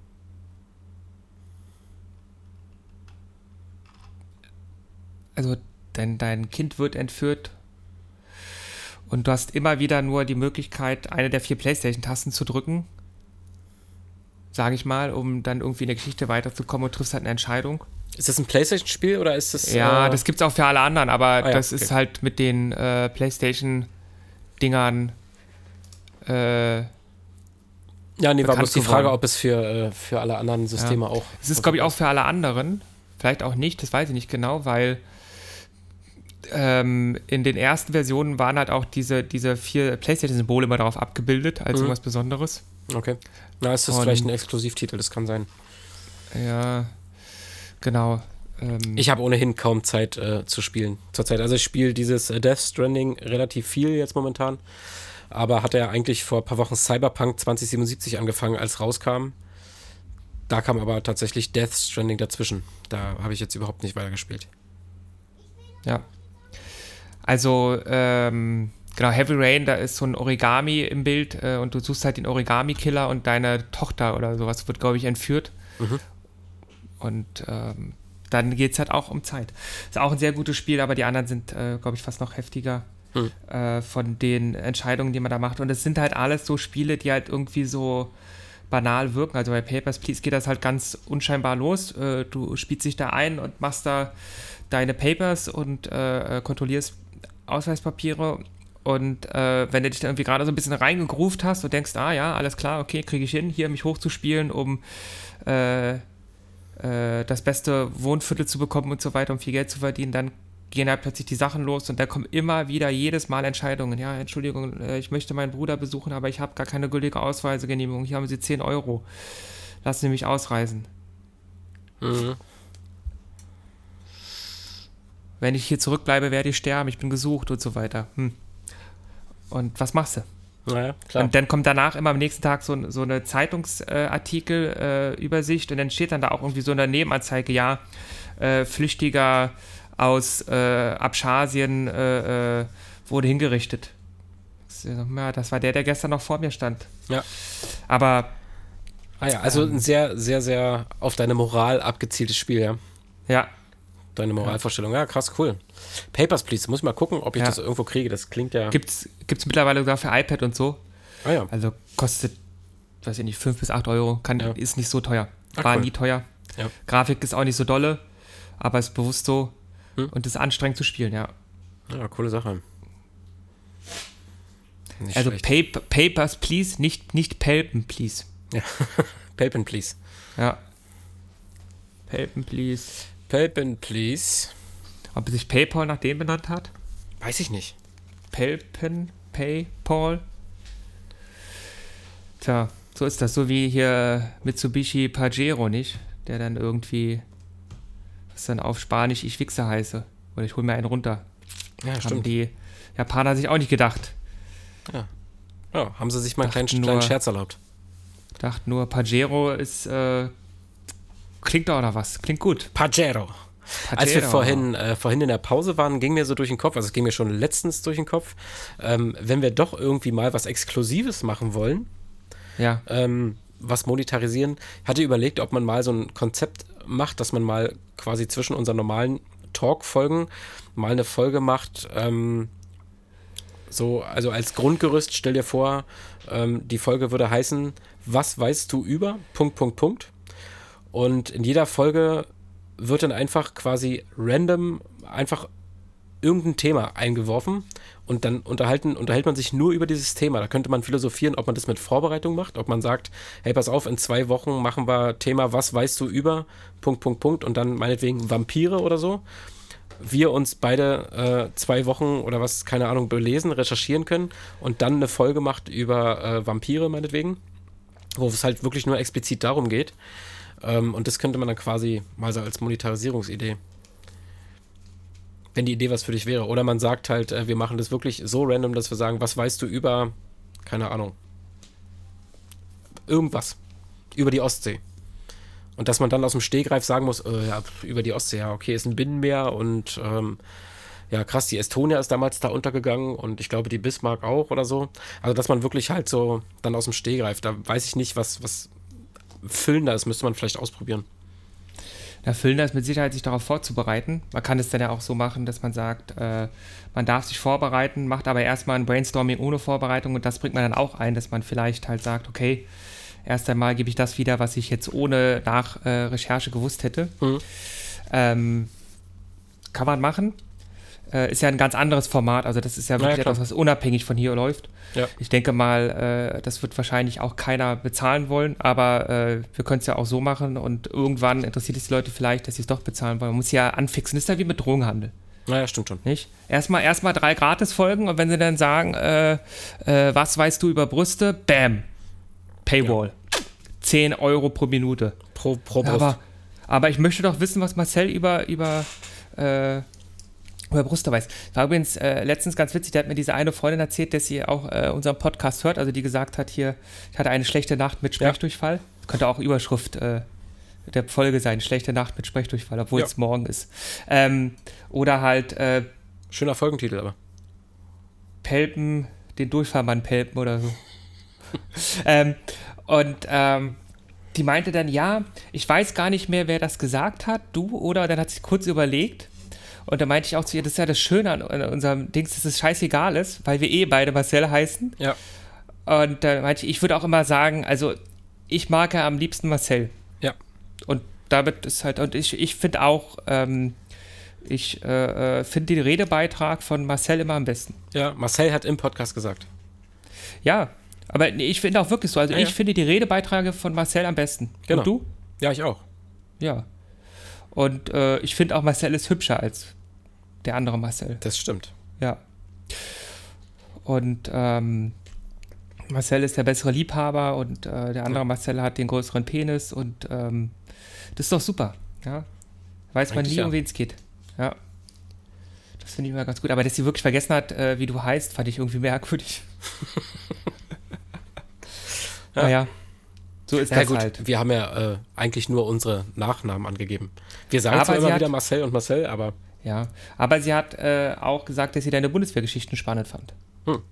also dein, dein Kind wird entführt und du hast immer wieder nur die Möglichkeit, eine der vier Playstation-Tasten zu drücken, sage ich mal, um dann irgendwie in der Geschichte weiterzukommen und triffst halt eine Entscheidung. Ist das ein PlayStation-Spiel oder ist das... Ja, äh, das gibt's auch für alle anderen, aber ah, ja, das okay. ist halt mit den äh, PlayStation-Dingern äh, Ja, nee, war bekannt bloß die Frage, geworden. ob es für, äh, für alle anderen Systeme Ja. auch... Es ist, glaube ich, auch für alle anderen. Vielleicht auch nicht, das weiß ich nicht genau, weil ähm, in den ersten Versionen waren halt auch diese, diese vier PlayStation-Symbole immer darauf abgebildet, als Mhm. irgendwas Besonderes. Okay. Na, ist das Und- vielleicht ein Exklusivtitel, das kann sein. Ja, genau. Ähm, Ich habe ohnehin kaum Zeit äh, zu spielen zurzeit. Also ich spiele dieses äh, Death Stranding relativ viel jetzt momentan, aber hatte ja eigentlich vor ein paar Wochen Cyberpunk zwanzig siebenundsiebzig angefangen, als rauskam. Da kam aber tatsächlich Death Stranding dazwischen. Da habe ich jetzt überhaupt nicht weitergespielt. Ja. Also, ähm, genau, Heavy Rain, da ist so ein Origami im Bild äh, und du suchst halt den Origami-Killer und deine Tochter oder sowas wird, glaube ich, entführt. Mhm. Und ähm, dann geht es halt auch um Zeit. Ist auch ein sehr gutes Spiel, aber die anderen sind, äh, glaube ich, fast noch heftiger Mhm. äh, von den Entscheidungen, die man da macht. Und es sind halt alles so Spiele, die halt irgendwie so banal wirken. Also bei Papers, Please geht das halt ganz unscheinbar los. Äh, du spielst dich da ein und machst da deine Papers und äh, kontrollierst Ausweispapiere. Und äh, wenn du dich da irgendwie gerade so ein bisschen reingegroovt hast und denkst, ah ja, alles klar, okay, kriege ich hin, hier mich hochzuspielen, um äh, äh, das beste Wohnviertel zu bekommen und so weiter, um viel Geld zu verdienen, dann gehen halt plötzlich die Sachen los und da kommen immer wieder jedes Mal Entscheidungen. Ja, Entschuldigung, äh, ich möchte meinen Bruder besuchen, aber ich habe gar keine gültige Ausreisegenehmigung. Hier haben Sie zehn Euro. Lassen Sie mich ausreisen. Mhm. Wenn ich hier zurückbleibe, werde ich sterben. Ich bin gesucht und so weiter. Hm. Und was machst du? Naja, klar. Und dann kommt danach immer am nächsten Tag so, so eine Zeitungsartikel, äh, Übersicht und dann steht dann da auch irgendwie so eine Nebenanzeige, ja, äh, Flüchtiger aus äh, Abchasien äh, äh, wurde hingerichtet. Ja, das war der, der gestern noch vor mir stand. Ja. Aber Ah ja, also Ähm. ein sehr, sehr, sehr auf deine Moral abgezieltes Spiel, ja. ja, Deine Moralvorstellung. Ja, krass, cool. Papers, Please. Muss ich mal gucken, ob ich Ja. das irgendwo kriege. Das klingt ja... gibt's, gibt's mittlerweile sogar für iPad und so. Ah ja. Also kostet, weiß ich nicht, fünf bis acht Euro. Kann, Ja. Ist nicht so teuer. Ach, War cool. nie teuer. Ja. Grafik ist auch nicht so dolle, aber ist bewusst so Hm. und ist anstrengend zu spielen, ja. Ja, coole Sache. Nicht Also schlecht. Pap- Papers, please, nicht, nicht Pelpen, please. Ja. Papen, please. Ja. Pelpen, please. Papen, please. Ob sich PayPal nach dem benannt hat? Weiß ich nicht. Pelpen, PayPal. Tja, so ist das. So wie hier Mitsubishi Pajero, nicht? Der dann irgendwie, was dann auf Spanisch ich Wichser heiße. Oder ich hol mir einen runter. Ja, Haben stimmt. die Japaner sich auch nicht gedacht. Ja, haben sie sich mal einen kleinen, Dachten kleinen nur- Scherz erlaubt. Dachten nur, Pajero ist, äh, klingt doch noch was. Klingt gut. Pajero. Als wir Pajero. vorhin, äh, vorhin in der Pause waren, ging mir so durch den Kopf, also es ging mir schon letztens durch den Kopf, ähm, wenn wir doch irgendwie mal was Exklusives machen wollen, Ja. ähm, was monetarisieren, hatte überlegt, ob man mal so ein Konzept macht, dass man mal quasi zwischen unseren normalen Talk-Folgen mal eine Folge macht, ähm, so, also als Grundgerüst, stell dir vor, ähm, die Folge würde heißen, was weißt du über, Punkt, Punkt, Punkt. Und in jeder Folge wird dann einfach quasi random einfach irgendein Thema eingeworfen und dann unterhalten, unterhält man sich nur über dieses Thema. Da könnte man philosophieren, ob man das mit Vorbereitung macht, ob man sagt, hey, pass auf, in zwei Wochen machen wir Thema, was weißt du über, Punkt, Punkt, Punkt und dann meinetwegen Vampire oder so. Wir uns beide äh, zwei Wochen oder was, keine Ahnung, belesen, recherchieren können und dann eine Folge macht über äh, Vampire meinetwegen, wo es halt wirklich nur explizit darum geht. Ähm, und das könnte man dann quasi mal so als Monetarisierungsidee wenn die Idee was für dich wäre. Oder man sagt halt, äh, wir machen das wirklich so random, dass wir sagen, was weißt du über, keine Ahnung, irgendwas, über die Ostsee. Und dass man dann aus dem Stegreif sagen muss, äh, ja, über die Ostsee, ja, okay, ist ein Binnenmeer und ähm, ja, krass, die Estonia ist damals da untergegangen und ich glaube, die Bismarck auch oder so. Also, dass man wirklich halt so dann aus dem Stegreif, da weiß ich nicht, was, was füllender ist, müsste man vielleicht ausprobieren. Ja, füllender ist mit Sicherheit, sich darauf vorzubereiten. Man kann es dann ja auch so machen, dass man sagt, äh, man darf sich vorbereiten, macht aber erstmal ein Brainstorming ohne Vorbereitung und das bringt man dann auch ein, dass man vielleicht halt sagt, okay, erst einmal gebe ich das wieder, was ich jetzt ohne nach äh, Recherche gewusst hätte. Mhm. Ähm, kann man machen. Äh, ist ja ein ganz anderes Format, also das ist ja wirklich ja, etwas, was unabhängig von hier läuft. Ja. Ich denke mal, äh, das wird wahrscheinlich auch keiner bezahlen wollen, aber äh, wir können es ja auch so machen und irgendwann interessiert es die Leute vielleicht, dass sie es doch bezahlen wollen. Man muss ja anfixen, das ist ja wie mit Drogenhandel. Naja, stimmt schon. Nicht? Erstmal, erstmal drei Gratis-Folgen und wenn sie dann sagen, äh, äh, was weißt du über Brüste? Bam! Paywall. Ja. zehn Euro pro Minute. Pro, pro Brust. Aber, aber ich möchte doch wissen, was Marcel über, über äh, über Brüste weiß. War übrigens äh, letztens ganz witzig, der hat mir diese eine Freundin erzählt, dass sie auch äh, unseren Podcast hört, also die gesagt hat hier, ich hatte eine schlechte Nacht mit Sprechdurchfall. Ja. Das könnte auch Überschrift äh, der Folge sein, schlechte Nacht mit Sprechdurchfall, obwohl ja. es morgen ist. Ähm, oder halt äh, schöner Folgentitel, aber Pelpen, den Durchfallmann pelpen oder so. ähm, und ähm, die meinte dann, ja, ich weiß gar nicht mehr, wer das gesagt hat, du oder, dann hat sie kurz überlegt. Und da meinte ich auch zu ihr, das ist ja das Schöne an, an unserem Dings, dass es scheißegal ist, weil wir eh beide Marcel heißen. Ja. Und da meinte ich, ich würde auch immer sagen, also ich mag ja am liebsten Marcel. Ja. Und damit ist halt, und ich, ich finde auch, ähm, ich äh, finde den Redebeitrag von Marcel immer am besten. Ja, Marcel hat im Podcast gesagt. Ja, aber ich finde auch wirklich so, also ja, ich ja. finde die Redebeiträge von Marcel am besten. Genau. Und du? Ja, ich auch. Ja. Und äh, ich finde auch, Marcel ist hübscher als der andere Marcel. Das stimmt. Ja. Und ähm, Marcel ist der bessere Liebhaber und äh, der andere ja. Marcel hat den größeren Penis und ähm, das ist doch super. Ja? Weiß man nie, ja. um wen es geht. Ja. Das finde ich immer ganz gut. Aber dass sie wirklich vergessen hat, äh, wie du heißt, fand ich irgendwie merkwürdig. ja. Naja. So ist ja, das gut, halt. Wir haben ja äh, eigentlich nur unsere Nachnamen angegeben. Wir sagen zwar immer hat, wieder Marcel und Marcel, aber... Ja, aber sie hat äh, auch gesagt, dass sie deine Bundeswehrgeschichten spannend fand. Hm.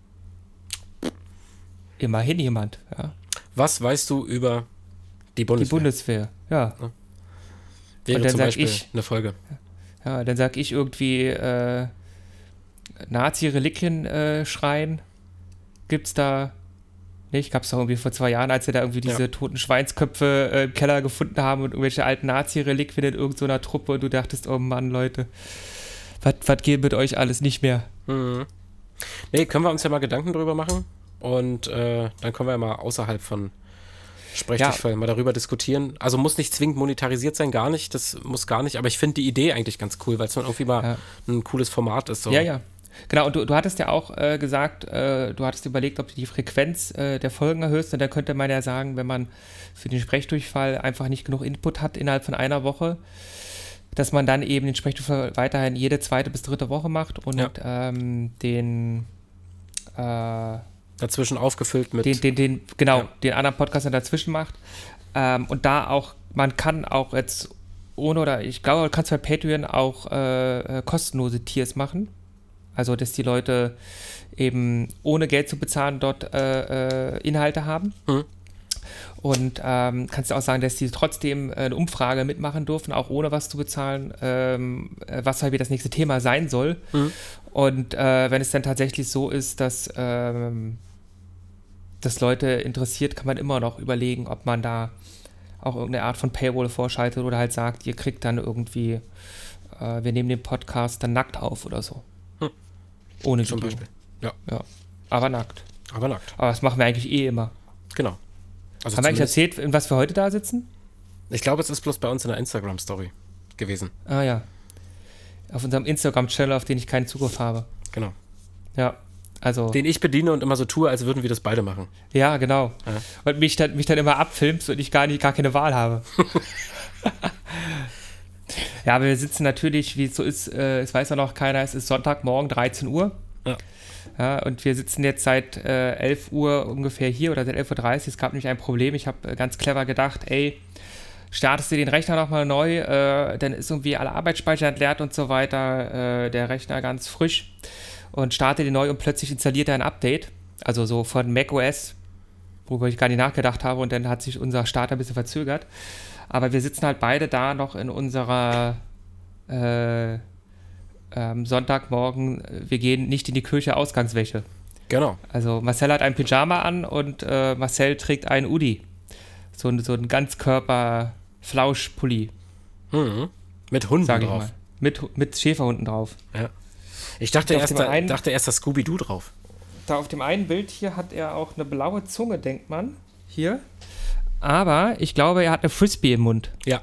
Immerhin jemand, ja. Was weißt du über die Bundeswehr? Die Bundeswehr, ja. ja. Wäre zum Beispiel ich, eine Folge. Ja, dann sag ich irgendwie äh, Nazi-Reliquien äh, schreien. Gibt's da... nicht? Gab es doch irgendwie vor zwei Jahren, als sie da irgendwie diese ja. toten Schweinsköpfe äh, im Keller gefunden haben und irgendwelche alten Nazi-Reliquien in irgendeiner Truppe und du dachtest, oh Mann, Leute, was geht mit euch alles nicht mehr? Mhm. Nee, können wir uns ja mal Gedanken drüber machen und äh, dann können wir ja mal außerhalb von Sprechdurchfall ja. mal darüber diskutieren. Also muss nicht zwingend monetarisiert sein, gar nicht, das muss gar nicht, aber ich finde die Idee eigentlich ganz cool, weil es dann irgendwie mal ja. ein cooles Format ist. So. Ja, ja. Genau, und du, du hattest ja auch äh, gesagt, äh, du hattest überlegt, ob du die Frequenz äh, der Folgen erhöhst. Und da könnte man ja sagen, wenn man für den Sprechdurchfall einfach nicht genug Input hat innerhalb von einer Woche, dass man dann eben den Sprechdurchfall weiterhin jede zweite bis dritte Woche macht und ja. ähm, den äh, dazwischen aufgefüllt mit den, den, den genau, ja. den anderen Podcast dann dazwischen macht. Ähm, und da auch, man kann auch jetzt ohne, oder ich glaube, du kannst bei Patreon auch äh, kostenlose Tiers machen. Also, dass die Leute eben ohne Geld zu bezahlen dort äh, äh, Inhalte haben. Mhm. Und ähm, kannst du auch sagen, dass die trotzdem eine Umfrage mitmachen dürfen, auch ohne was zu bezahlen, ähm, was halt wie das nächste Thema sein soll. Mhm. Und äh, wenn es dann tatsächlich so ist, dass ähm, das Leute interessiert, kann man immer noch überlegen, ob man da auch irgendeine Art von Paywall vorschaltet oder halt sagt, ihr kriegt dann irgendwie, äh, wir nehmen den Podcast dann nackt auf oder so. Hm. Ohne Zum Video. Beispiel. Ja. ja. Aber nackt. Aber nackt. Aber das machen wir eigentlich eh immer. Genau. Also haben wir eigentlich erzählt, in was wir heute da sitzen? Ich glaube, es ist bloß bei uns in der Instagram-Story gewesen. Ah ja. Auf unserem Instagram-Channel, auf den ich keinen Zugriff habe. Genau. Ja, also... Den ich bediene und immer so tue, als würden wir das beide machen. Ja, genau. Ja. Und mich dann, mich dann immer abfilmst und ich gar, nicht, gar keine Wahl habe. Ja, aber wir sitzen natürlich, wie es so ist, äh, es weiß ja noch keiner, es ist Sonntagmorgen, dreizehn Uhr. Ja. Ja, und wir sitzen jetzt seit äh, elf Uhr ungefähr hier oder seit elf Uhr dreißig. Es gab nämlich ein Problem. Ich habe äh, ganz clever gedacht, ey, startest du den Rechner nochmal neu, äh, dann ist irgendwie alle Arbeitsspeicher entleert und so weiter, äh, der Rechner ganz frisch und starte den neu und plötzlich installiert er ein Update, also so von macOS, worüber ich gar nicht nachgedacht habe und dann hat sich unser Start ein bisschen verzögert. Aber wir sitzen halt beide da noch in unserer äh, ähm, Sonntagmorgen, wir gehen nicht in die Kirche, Ausgangswäsche. Genau. Also Marcel hat ein Pyjama an und äh, Marcel trägt einen Udi. So, so ein Ganzkörper-Flauschpulli. Mhm. Mit Hunden sag ich drauf. mal. Mit, mit Schäferhunden drauf. Ja. Ich dachte Auf erst, dem da, einen- dachte erst das Scooby-Doo drauf. Da auf dem einen Bild hier hat er auch eine blaue Zunge, denkt man. Hier. Aber ich glaube, er hat eine Frisbee im Mund. Ja.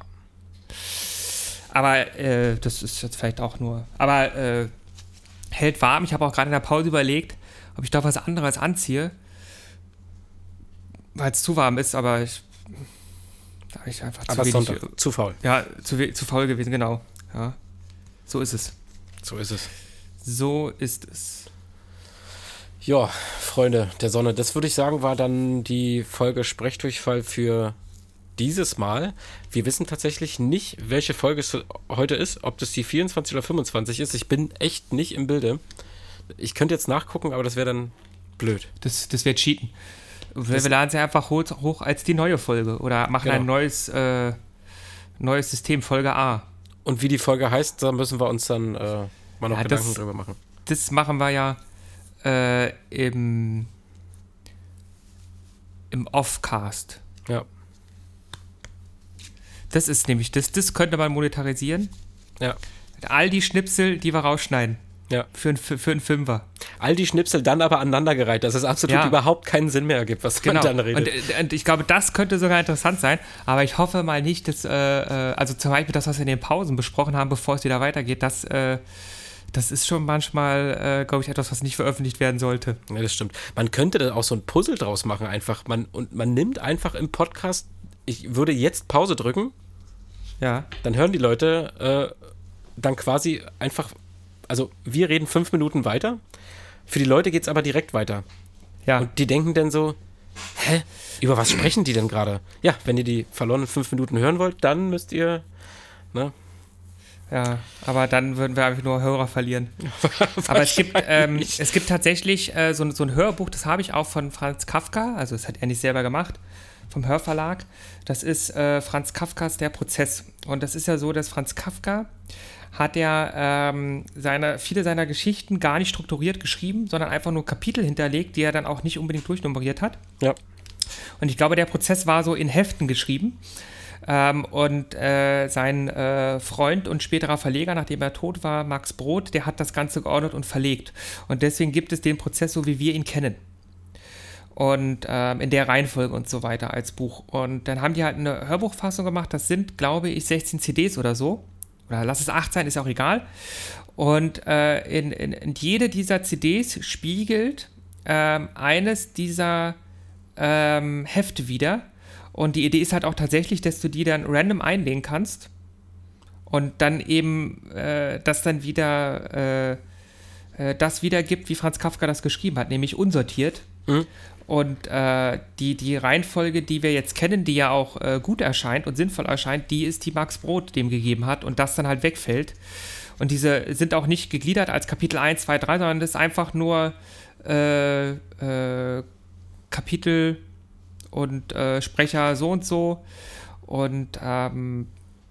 Aber äh, das ist jetzt vielleicht auch nur. Aber äh, hält warm. Ich habe auch gerade in der Pause überlegt, ob ich doch was anderes anziehe. Weil es zu warm ist, aber ich. Da habe ich einfach Aber zu es ist wenig. Sonntag. Zu faul. Ja, zu, we- zu faul gewesen, genau. Ja. So ist es. So ist es. So ist es. Ja, Freunde der Sonne, das würde ich sagen, war dann die Folge Sprechdurchfall für dieses Mal. Wir wissen tatsächlich nicht, welche Folge es heute ist, ob das die vierundzwanzig oder fünfundzwanzig ist. Ich bin echt nicht im Bilde. Ich könnte jetzt nachgucken, aber das wäre dann blöd. Das, das wird cheaten. Wir, wir laden sie einfach hoch, hoch als die neue Folge oder machen Genau. ein neues, äh, neues System, Folge A. Und wie die Folge heißt, da müssen wir uns dann äh, mal noch Ja, Gedanken das- drüber machen. Das machen wir ja äh, im, im Offcast. Ja, Das ist nämlich, das, das könnte man monetarisieren. ja, All die Schnipsel, die wir rausschneiden. ja. Für, ein- für, für einen Fünfer. All die Schnipsel dann aber aneinandergereiht, dass es absolut Ja. überhaupt keinen Sinn mehr ergibt, was Genau. man dann redet. Und, äh, und ich glaube, das könnte sogar interessant sein. Aber ich hoffe mal nicht, dass, äh, äh, also zum Beispiel das, was wir in den Pausen besprochen haben, bevor es wieder weitergeht, das, äh, das ist schon manchmal, äh, glaube ich, etwas, was nicht veröffentlicht werden sollte. Ja, das stimmt. Man könnte da auch so ein Puzzle draus machen, einfach. Man, und man nimmt einfach im Podcast, ich würde jetzt Pause drücken, Ja. dann hören die Leute äh, dann quasi einfach, also wir reden fünf Minuten weiter, für die Leute geht es aber direkt weiter. Ja. Und die denken dann so, hä, über was sprechen die denn gerade? Ja, wenn ihr die verlorenen fünf Minuten hören wollt, dann müsst ihr, ne? Ja, aber dann würden wir einfach nur Hörer verlieren. Aber es gibt, ähm, es gibt tatsächlich äh, so, ein- so ein Hörbuch, das habe ich auch von Franz Kafka, also das hat er nicht selber gemacht, vom Hörverlag. Das ist äh, Franz Kafkas Der Prozess. Und das ist ja so, dass Franz Kafka hat ja ähm, seine, viele seiner Geschichten gar nicht strukturiert geschrieben, sondern einfach nur Kapitel hinterlegt, die er dann auch nicht unbedingt durchnummeriert hat. Ja. Und ich glaube, der Prozess war so in Heften geschrieben. Ähm, und äh, sein äh, Freund und späterer Verleger, nachdem er tot war, Max Brod, der hat das Ganze geordnet und verlegt. Und deswegen gibt es den Prozess, so wie wir ihn kennen. Und ähm, in der Reihenfolge und so weiter als Buch. Und dann haben die halt eine Hörbuchfassung gemacht. Das sind, glaube ich, sechzehn C Ds oder so. Oder lass es acht sein, ist auch egal. Und äh, in, in, in jede dieser C Ds spiegelt ähm, eines dieser ähm, Hefte wieder. Und die Idee ist halt auch tatsächlich, dass du die dann random einlegen kannst und dann eben äh, das dann wieder äh, äh, das wiedergibt, wie Franz Kafka das geschrieben hat, nämlich unsortiert. Mhm. Und äh, die, die Reihenfolge, die wir jetzt kennen, die ja auch äh, gut erscheint und sinnvoll erscheint, die ist, die Max Brod dem gegeben hat und das dann halt wegfällt. Und diese sind auch nicht gegliedert als Kapitel eins, zwei, drei, sondern das ist einfach nur äh, äh, Kapitel und äh, Sprecher so und so. Und ähm,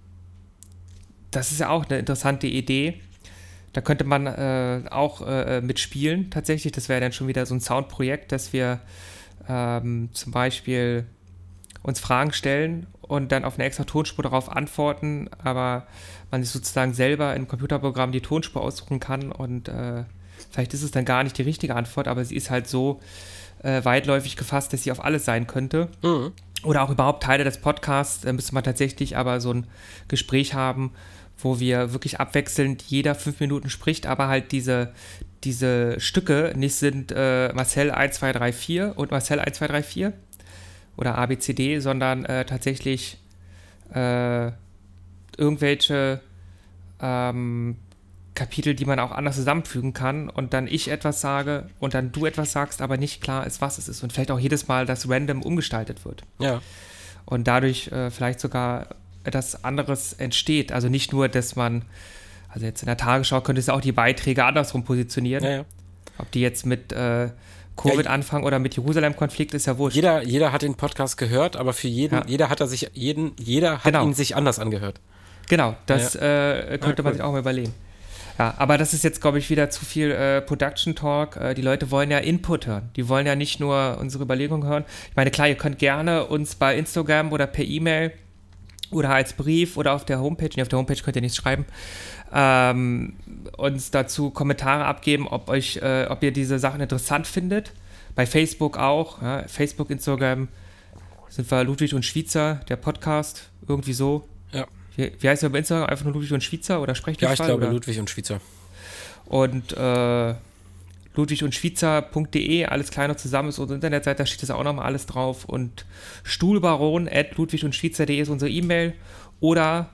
das ist ja auch eine interessante Idee. Da könnte man äh, auch äh, mitspielen tatsächlich. Das wäre dann schon wieder so ein Soundprojekt, dass wir ähm, zum Beispiel uns Fragen stellen und dann auf eine extra Tonspur darauf antworten, aber man sich sozusagen selber im Computerprogramm die Tonspur aussuchen kann und äh, vielleicht ist es dann gar nicht die richtige Antwort, aber sie ist halt so äh, weitläufig gefasst, dass sie auf alles sein könnte. Mhm. Oder auch überhaupt Teile des Podcasts. Da müsste man tatsächlich aber so ein Gespräch haben, wo wir wirklich abwechselnd jeder fünf Minuten spricht, aber halt diese, diese Stücke nicht sind äh, Marcel eins, zwei, drei, vier und Marcel eins, zwei, drei, vier oder A, B, C, D, sondern äh, tatsächlich äh, irgendwelche ähm, Kapitel, die man auch anders zusammenfügen kann und dann ich etwas sage und dann du etwas sagst, aber nicht klar ist, was es ist und vielleicht auch jedes Mal das random umgestaltet wird. Ja. Und dadurch äh, vielleicht sogar etwas anderes entsteht. Also nicht nur, dass man, also jetzt in der Tagesschau könnte es auch die Beiträge andersrum positionieren. Ja, ja. Ob die jetzt mit äh, Covid Ja, anfangen oder mit Jerusalem-Konflikt, ist ja wurscht. Jeder, jeder hat den Podcast gehört, aber für jeden, Ja. jeder hat er sich, jeden, jeder hat Genau. ihn sich anders angehört. Genau, das Ja. äh, könnte Ja, man cool. sich auch mal überlegen. Ja, aber das ist jetzt, glaube ich, wieder zu viel äh, Production-Talk. Äh, die Leute wollen ja Input hören. Die wollen ja nicht nur unsere Überlegungen hören. Ich meine, klar, ihr könnt gerne uns bei Instagram oder per E-Mail oder als Brief oder auf der Homepage, nee, auf der Homepage könnt ihr nichts schreiben, ähm, uns dazu Kommentare abgeben, ob euch, äh, ob ihr diese Sachen interessant findet. Bei Facebook auch. Ja, Facebook, Instagram sind wir Ludwig und Schweizer, der Podcast, irgendwie so. Ja. Wie, wie heißt der bei Instagram? Einfach nur Ludwig und Schweizer oder Sprechdurchfall? Ja, ich glaube oder? Ludwig und Schweizer. Und äh, ludwig und schweizer punkt de, alles kleiner zusammen ist unsere Internetseite, da steht das auch nochmal alles drauf. Und stuhlbaron at ludwig und schweizer punkt de ist unsere E-Mail. Oder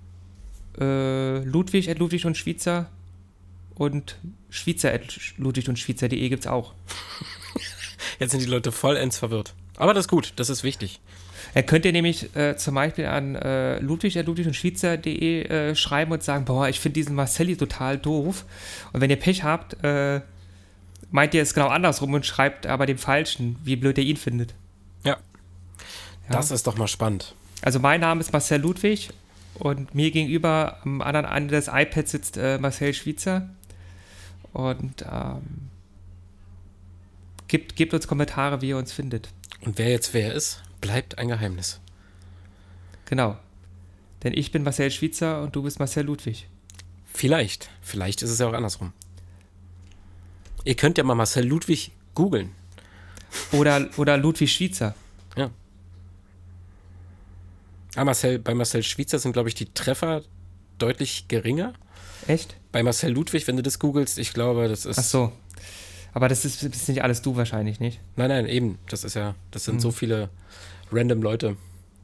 äh, ludwig at ludwig und schweizer und schweizer at ludwig und schweizer punkt de gibt es auch. Jetzt sind die Leute vollends verwirrt. Aber das ist gut, das ist wichtig. Er könnt ihr nämlich äh, zum Beispiel an äh, ludwig at ludwig und schweizer punkt de äh, schreiben und sagen, boah, ich finde diesen Marcelli total doof. Und wenn ihr Pech habt, äh, meint ihr es genau andersrum und schreibt aber dem Falschen, wie blöd ihr ihn findet. Ja. Ja. Das ist doch mal spannend. Also mein Name ist Marcel Ludwig und mir gegenüber am anderen Ende des iPads sitzt äh, Marcel Schweizer. Und ähm, gebt, gebt uns Kommentare, wie ihr uns findet. Und wer jetzt wer ist, bleibt ein Geheimnis. Genau. Denn ich bin Marcel Schweizer und du bist Marcel Ludwig. Vielleicht. Vielleicht ist es ja auch andersrum. Ihr könnt ja mal Marcel Ludwig googeln. Oder, oder Ludwig Schweizer. Ja. Ah, Marcel, bei Marcel Schweizer sind, glaube ich, die Treffer deutlich geringer. Echt? Bei Marcel Ludwig, wenn du das googelst, ich glaube, das ist... Ach so. Aber das ist, das ist nicht alles du wahrscheinlich, nicht? Nein, nein, eben. Das ist ja, das sind Mhm. so viele random Leute.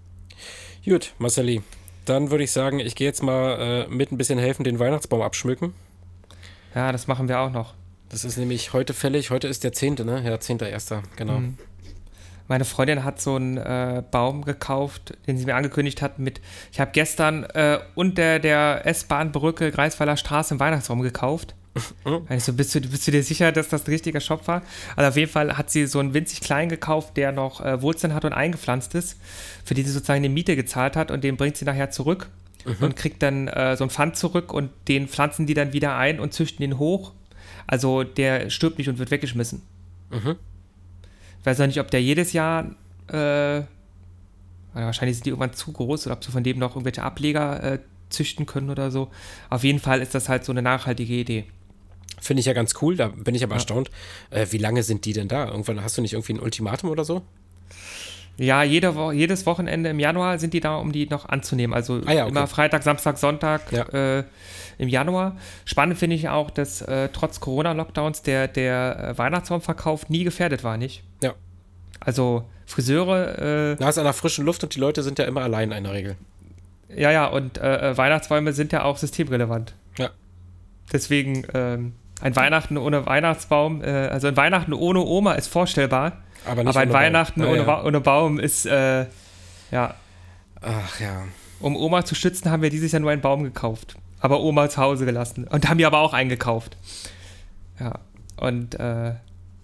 Gut, Marcelli. Dann würde ich sagen, ich gehe jetzt mal äh, mit ein bisschen helfen, den Weihnachtsbaum abschmücken. Ja, das machen wir auch noch. Das ist nämlich heute fällig. Heute ist der zehnte, ne? Ja, zehnter erster genau. Mhm. Meine Freundin hat so einen äh, Baum gekauft, den sie mir angekündigt hat mit, ich habe gestern äh, unter der S-Bahn-Brücke Greifswalder Straße im Weihnachtsbaum gekauft. Also bist du, bist du dir sicher, dass das ein richtiger Shop war? Also auf jeden Fall hat sie so einen winzig kleinen gekauft, der noch äh, Wurzeln hat und eingepflanzt ist, für den sie sozusagen eine Miete gezahlt hat und den bringt sie nachher zurück mhm. und kriegt dann äh, so ein Pfand zurück und den pflanzen die dann wieder ein und züchten den hoch. Also der stirbt nicht und wird weggeschmissen. Mhm. Ich weiß auch nicht, ob der jedes Jahr, äh, wahrscheinlich sind die irgendwann zu groß oder ob sie von dem noch irgendwelche Ableger äh, züchten können oder so. Auf jeden Fall ist das halt so eine nachhaltige Idee. Finde ich ja ganz cool, da bin ich aber Ja. erstaunt. Äh, wie lange sind die denn da? Irgendwann hast du nicht irgendwie ein Ultimatum oder so? Ja, jede Wo- jedes Wochenende im Januar sind die da, um die noch anzunehmen. Also Ah ja, okay. immer Freitag, Samstag, Sonntag Ja. äh, im Januar. Spannend finde ich auch, dass äh, trotz Corona-Lockdowns der, der äh, Weihnachtsbaumverkauf nie gefährdet war, nicht? Ja. Also Friseure, äh, Da ist an der frischen Luft und die Leute sind ja immer allein in der Regel. ja, ja, und äh, Weihnachtsbäume sind ja auch systemrelevant. Ja. Deswegen, ähm, ein Weihnachten ohne Weihnachtsbaum, äh, also ein Weihnachten ohne Oma ist vorstellbar, Aber, nicht aber ein ohne Baum. Weihnachten Ja, ohne, ja. Ba- ohne Baum ist, äh, ja, Ach ja. um Oma zu schützen, haben wir dieses Jahr nur einen Baum gekauft, aber Oma zu Hause gelassen und haben wir aber auch einen gekauft. Ja, und, äh,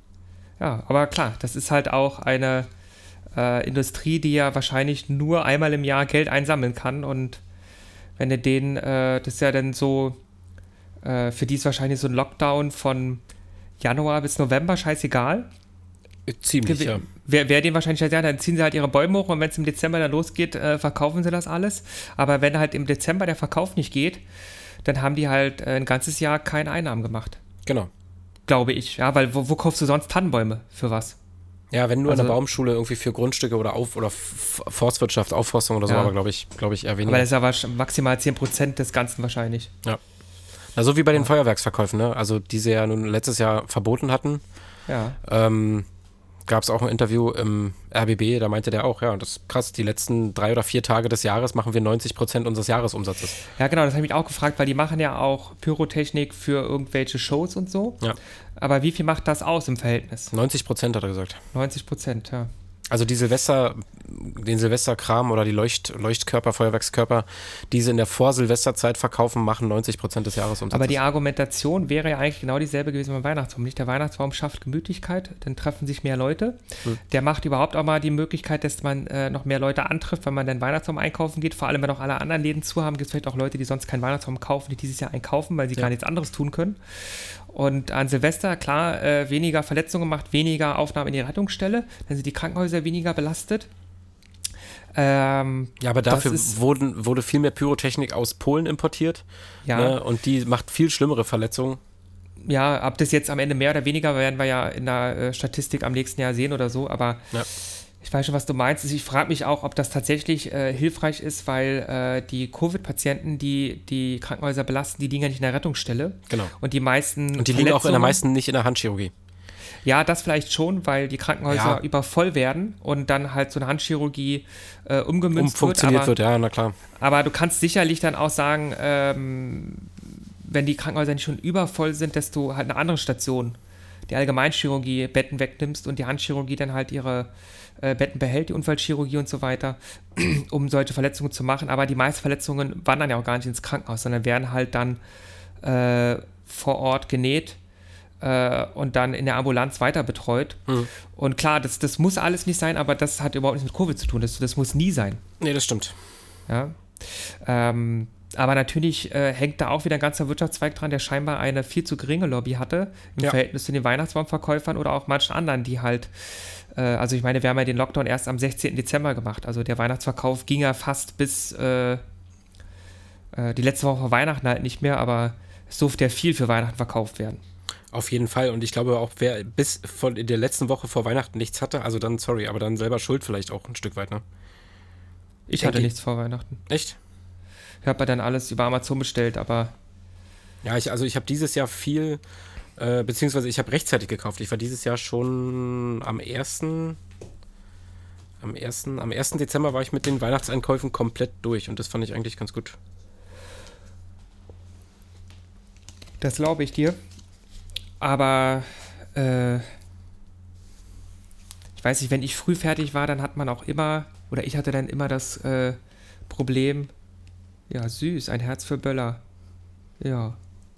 ja, aber klar, das ist halt auch eine äh, Industrie, die ja wahrscheinlich nur einmal im Jahr Geld einsammeln kann und wenn du den, äh, das ist ja dann so, äh, für die ist wahrscheinlich so ein Lockdown von Januar bis November scheißegal. Ziemlich, ja. Wer, wer den wahrscheinlich ja, dann ziehen sie halt ihre Bäume hoch und wenn es im Dezember dann losgeht, äh, verkaufen sie das alles. Aber wenn halt im Dezember der Verkauf nicht geht, dann haben die halt äh, ein ganzes Jahr keine Einnahmen gemacht. Genau. Glaube ich, ja, weil wo, wo kaufst du sonst Tannenbäume? Für was? Ja, wenn nur Also- eine Baumschule irgendwie für Grundstücke oder Auf- oder F- Forstwirtschaft, Aufforstung oder so, Ja. aber glaube ich, glaube ich eher Aber weniger. das ist aber sch- maximal zehn Prozent des Ganzen wahrscheinlich. Na, so wie bei den Feuerwerksverkäufen, ne? Also die sie ja nun letztes Jahr verboten hatten. Ja. Ähm, gab es auch ein Interview im R B B, da meinte der auch, ja, das ist krass, die letzten drei oder vier Tage des Jahres machen wir neunzig Prozent unseres Jahresumsatzes. Ja, genau, das habe ich mich auch gefragt, weil die machen ja auch Pyrotechnik für irgendwelche Shows und so. Ja. Aber wie viel macht das aus im Verhältnis? neunzig Prozent hat er gesagt. neunzig Prozent, ja. Also die Silvester, den Silvesterkram oder die Leucht, Leuchtkörper, Feuerwerkskörper, die sie in der Vor-Silvesterzeit verkaufen, machen neunzig Prozent des Jahresumsatzes. Aber die Argumentation wäre ja eigentlich genau dieselbe gewesen beim Weihnachtsbaum. Nicht der Weihnachtsbaum schafft Gemütlichkeit, dann treffen sich mehr Leute. Hm. Der macht überhaupt auch mal die Möglichkeit, dass man äh, noch mehr Leute antrifft, wenn man dann Weihnachtsbaum einkaufen geht. Vor allem, wenn auch alle anderen Läden zu haben, gibt es vielleicht auch Leute, die sonst keinen Weihnachtsbaum kaufen, die dieses Jahr einkaufen, weil sie ja. gar nichts anderes tun können. Und an Silvester, klar, äh, weniger Verletzungen macht, weniger Aufnahmen in die Rettungsstelle, dann sind die Krankenhäuser weniger belastet. Ähm, ja, aber dafür wurden, wurde viel mehr Pyrotechnik aus Polen importiert. Ja. Ne, und die macht viel schlimmere Verletzungen. Ja, ob das jetzt am Ende mehr oder weniger, werden wir ja in der äh, Statistik am nächsten Jahr sehen oder so, aber ja. Ich weiß schon, was du meinst. Ich frage mich auch, ob das tatsächlich äh, hilfreich ist, weil äh, die Covid-Patienten, die die Krankenhäuser belasten, die liegen ja nicht in der Rettungsstelle. Genau. Und die meisten Und die liegen auch in der meisten nicht in der Handchirurgie. Ja, das vielleicht schon, weil die Krankenhäuser ja. übervoll werden und dann halt so eine Handchirurgie äh, umgemünzt Umfunktioniert wird. wird, ja, na klar. Aber du kannst sicherlich dann auch sagen, ähm, wenn die Krankenhäuser nicht schon übervoll sind, dass du halt eine andere Station, die Allgemeinchirurgie, Betten wegnimmst und die Handchirurgie dann halt ihre äh, Betten behält, die Unfallchirurgie und so weiter, um solche Verletzungen zu machen. Aber die meisten Verletzungen wandern ja auch gar nicht ins Krankenhaus, sondern werden halt dann äh, vor Ort genäht äh, und dann in der Ambulanz weiter betreut. Mhm. Und klar, das, das muss alles nicht sein, aber das hat überhaupt nichts mit Covid zu tun. Das, das muss nie sein. Nee, das stimmt. Ja. Ähm, aber natürlich äh, hängt da auch wieder ein ganzer Wirtschaftszweig dran, der scheinbar eine viel zu geringe Lobby hatte im ja. Verhältnis zu den Weihnachtsbaumverkäufern oder auch manchen anderen, die halt, äh, also ich meine, wir haben ja den Lockdown erst am sechzehnten Dezember gemacht. Also der Weihnachtsverkauf ging ja fast bis äh, äh, die letzte Woche vor Weihnachten halt nicht mehr, aber es durfte ja viel für Weihnachten verkauft werden. Auf jeden Fall. Und ich glaube auch, wer bis von in der letzten Woche vor Weihnachten nichts hatte, also dann, sorry, aber dann selber schuld vielleicht auch ein Stück weit, ne? Ich hatte nichts vor Weihnachten. Echt? Ich habe dann alles über Amazon bestellt, aber... Ja, ich, also ich habe dieses Jahr viel, äh, beziehungsweise ich habe rechtzeitig gekauft. Ich war dieses Jahr schon am ersten Am ersten Am ersten Dezember war ich mit den Weihnachtseinkäufen komplett durch und das fand ich eigentlich ganz gut. Das glaube ich dir. Aber, äh... ich weiß nicht, wenn ich früh fertig war, dann hat man auch immer... Oder ich hatte dann immer das äh, Problem... Ja, süß, ein Herz für Böller. Ja.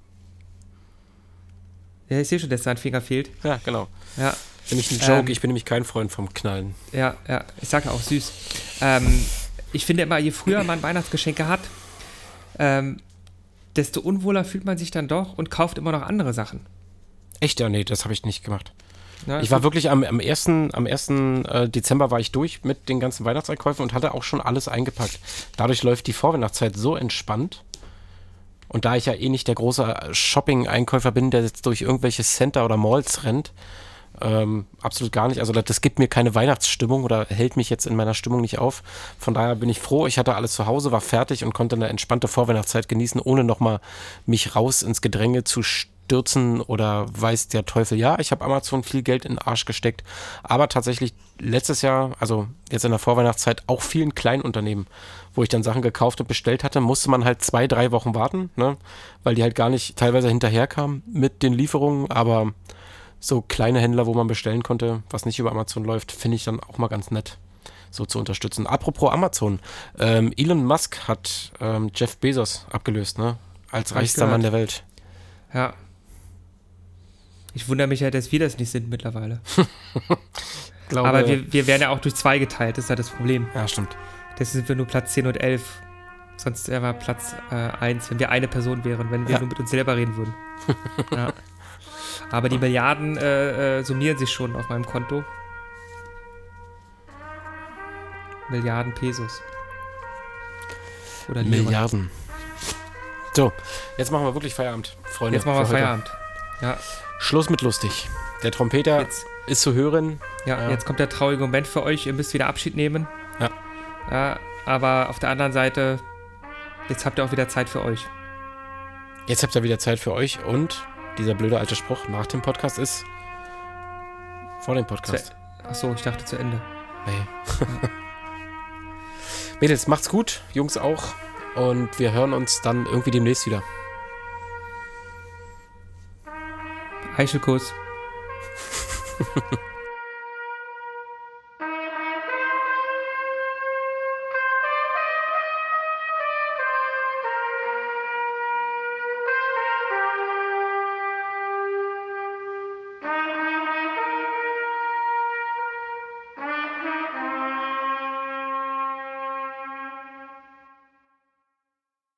Ja, ich sehe schon, dass da ein Finger fehlt. Ja, genau. Ja. Nämlich ein Joke, ähm, ich bin nämlich kein Freund vom Knallen. Ja, ja, ich sage auch süß. Ähm, ich finde immer, je früher man Weihnachtsgeschenke hat, ähm, desto unwohler fühlt man sich dann doch und kauft immer noch andere Sachen. Echt? Ja, nee, das habe ich nicht gemacht. Ja, ich war wirklich am, am ersten Am ersten Dezember war ich durch mit den ganzen Weihnachtseinkäufen und hatte auch schon alles eingepackt. Dadurch läuft die Vorweihnachtszeit so entspannt. Und da ich ja eh nicht der große Shopping-Einkäufer bin, der jetzt durch irgendwelche Center oder Malls rennt, ähm, absolut gar nicht. Also das, das gibt mir keine Weihnachtsstimmung oder hält mich jetzt in meiner Stimmung nicht auf. Von daher bin ich froh, ich hatte alles zu Hause, war fertig und konnte eine entspannte Vorweihnachtszeit genießen, ohne nochmal mich raus ins Gedränge zu stürzen oder weiß der Teufel. Ja, ich habe Amazon viel Geld in den Arsch gesteckt, aber tatsächlich letztes Jahr, also jetzt in der Vorweihnachtszeit, auch vielen Kleinunternehmen, wo ich dann Sachen gekauft und bestellt hatte, musste man halt zwei, drei Wochen warten, ne? Weil die halt gar nicht teilweise hinterherkamen mit den Lieferungen, aber so kleine Händler, wo man bestellen konnte, was nicht über Amazon läuft, finde ich dann auch mal ganz nett, so zu unterstützen. Apropos Amazon, ähm, Elon Musk hat ähm, Jeff Bezos abgelöst, ne? Als reichster Mann der Welt. Ja. Ich wundere mich ja, dass wir das nicht sind mittlerweile. Glaube, aber wir, wir werden ja auch durch zwei geteilt, das ist ja das Problem. Ja, stimmt. Deswegen sind wir nur Platz zehn und elf. Sonst wäre Platz äh, eins, wenn wir eine Person wären, wenn wir ja. nur mit uns selber reden würden. Ja. Aber die Milliarden äh, äh, summieren sich schon auf meinem Konto. Milliarden Pesos. Oder Lira. Milliarden. So, jetzt machen wir wirklich Feierabend, Freunde. Jetzt machen wir Feierabend. Ja. Schluss mit lustig. Der Trompeter jetzt, ist zu hören. Ja, ja, jetzt kommt der traurige Moment für euch. Ihr müsst wieder Abschied nehmen. Ja. Ja, aber auf der anderen Seite, jetzt habt ihr auch wieder Zeit für euch. Jetzt habt ihr wieder Zeit für euch und dieser blöde alte Spruch nach dem Podcast ist vor dem Podcast. Achso, ich dachte zu Ende. Nee. Mädels, macht's gut, Jungs auch. Und wir hören uns dann irgendwie demnächst wieder. Eichelkuss.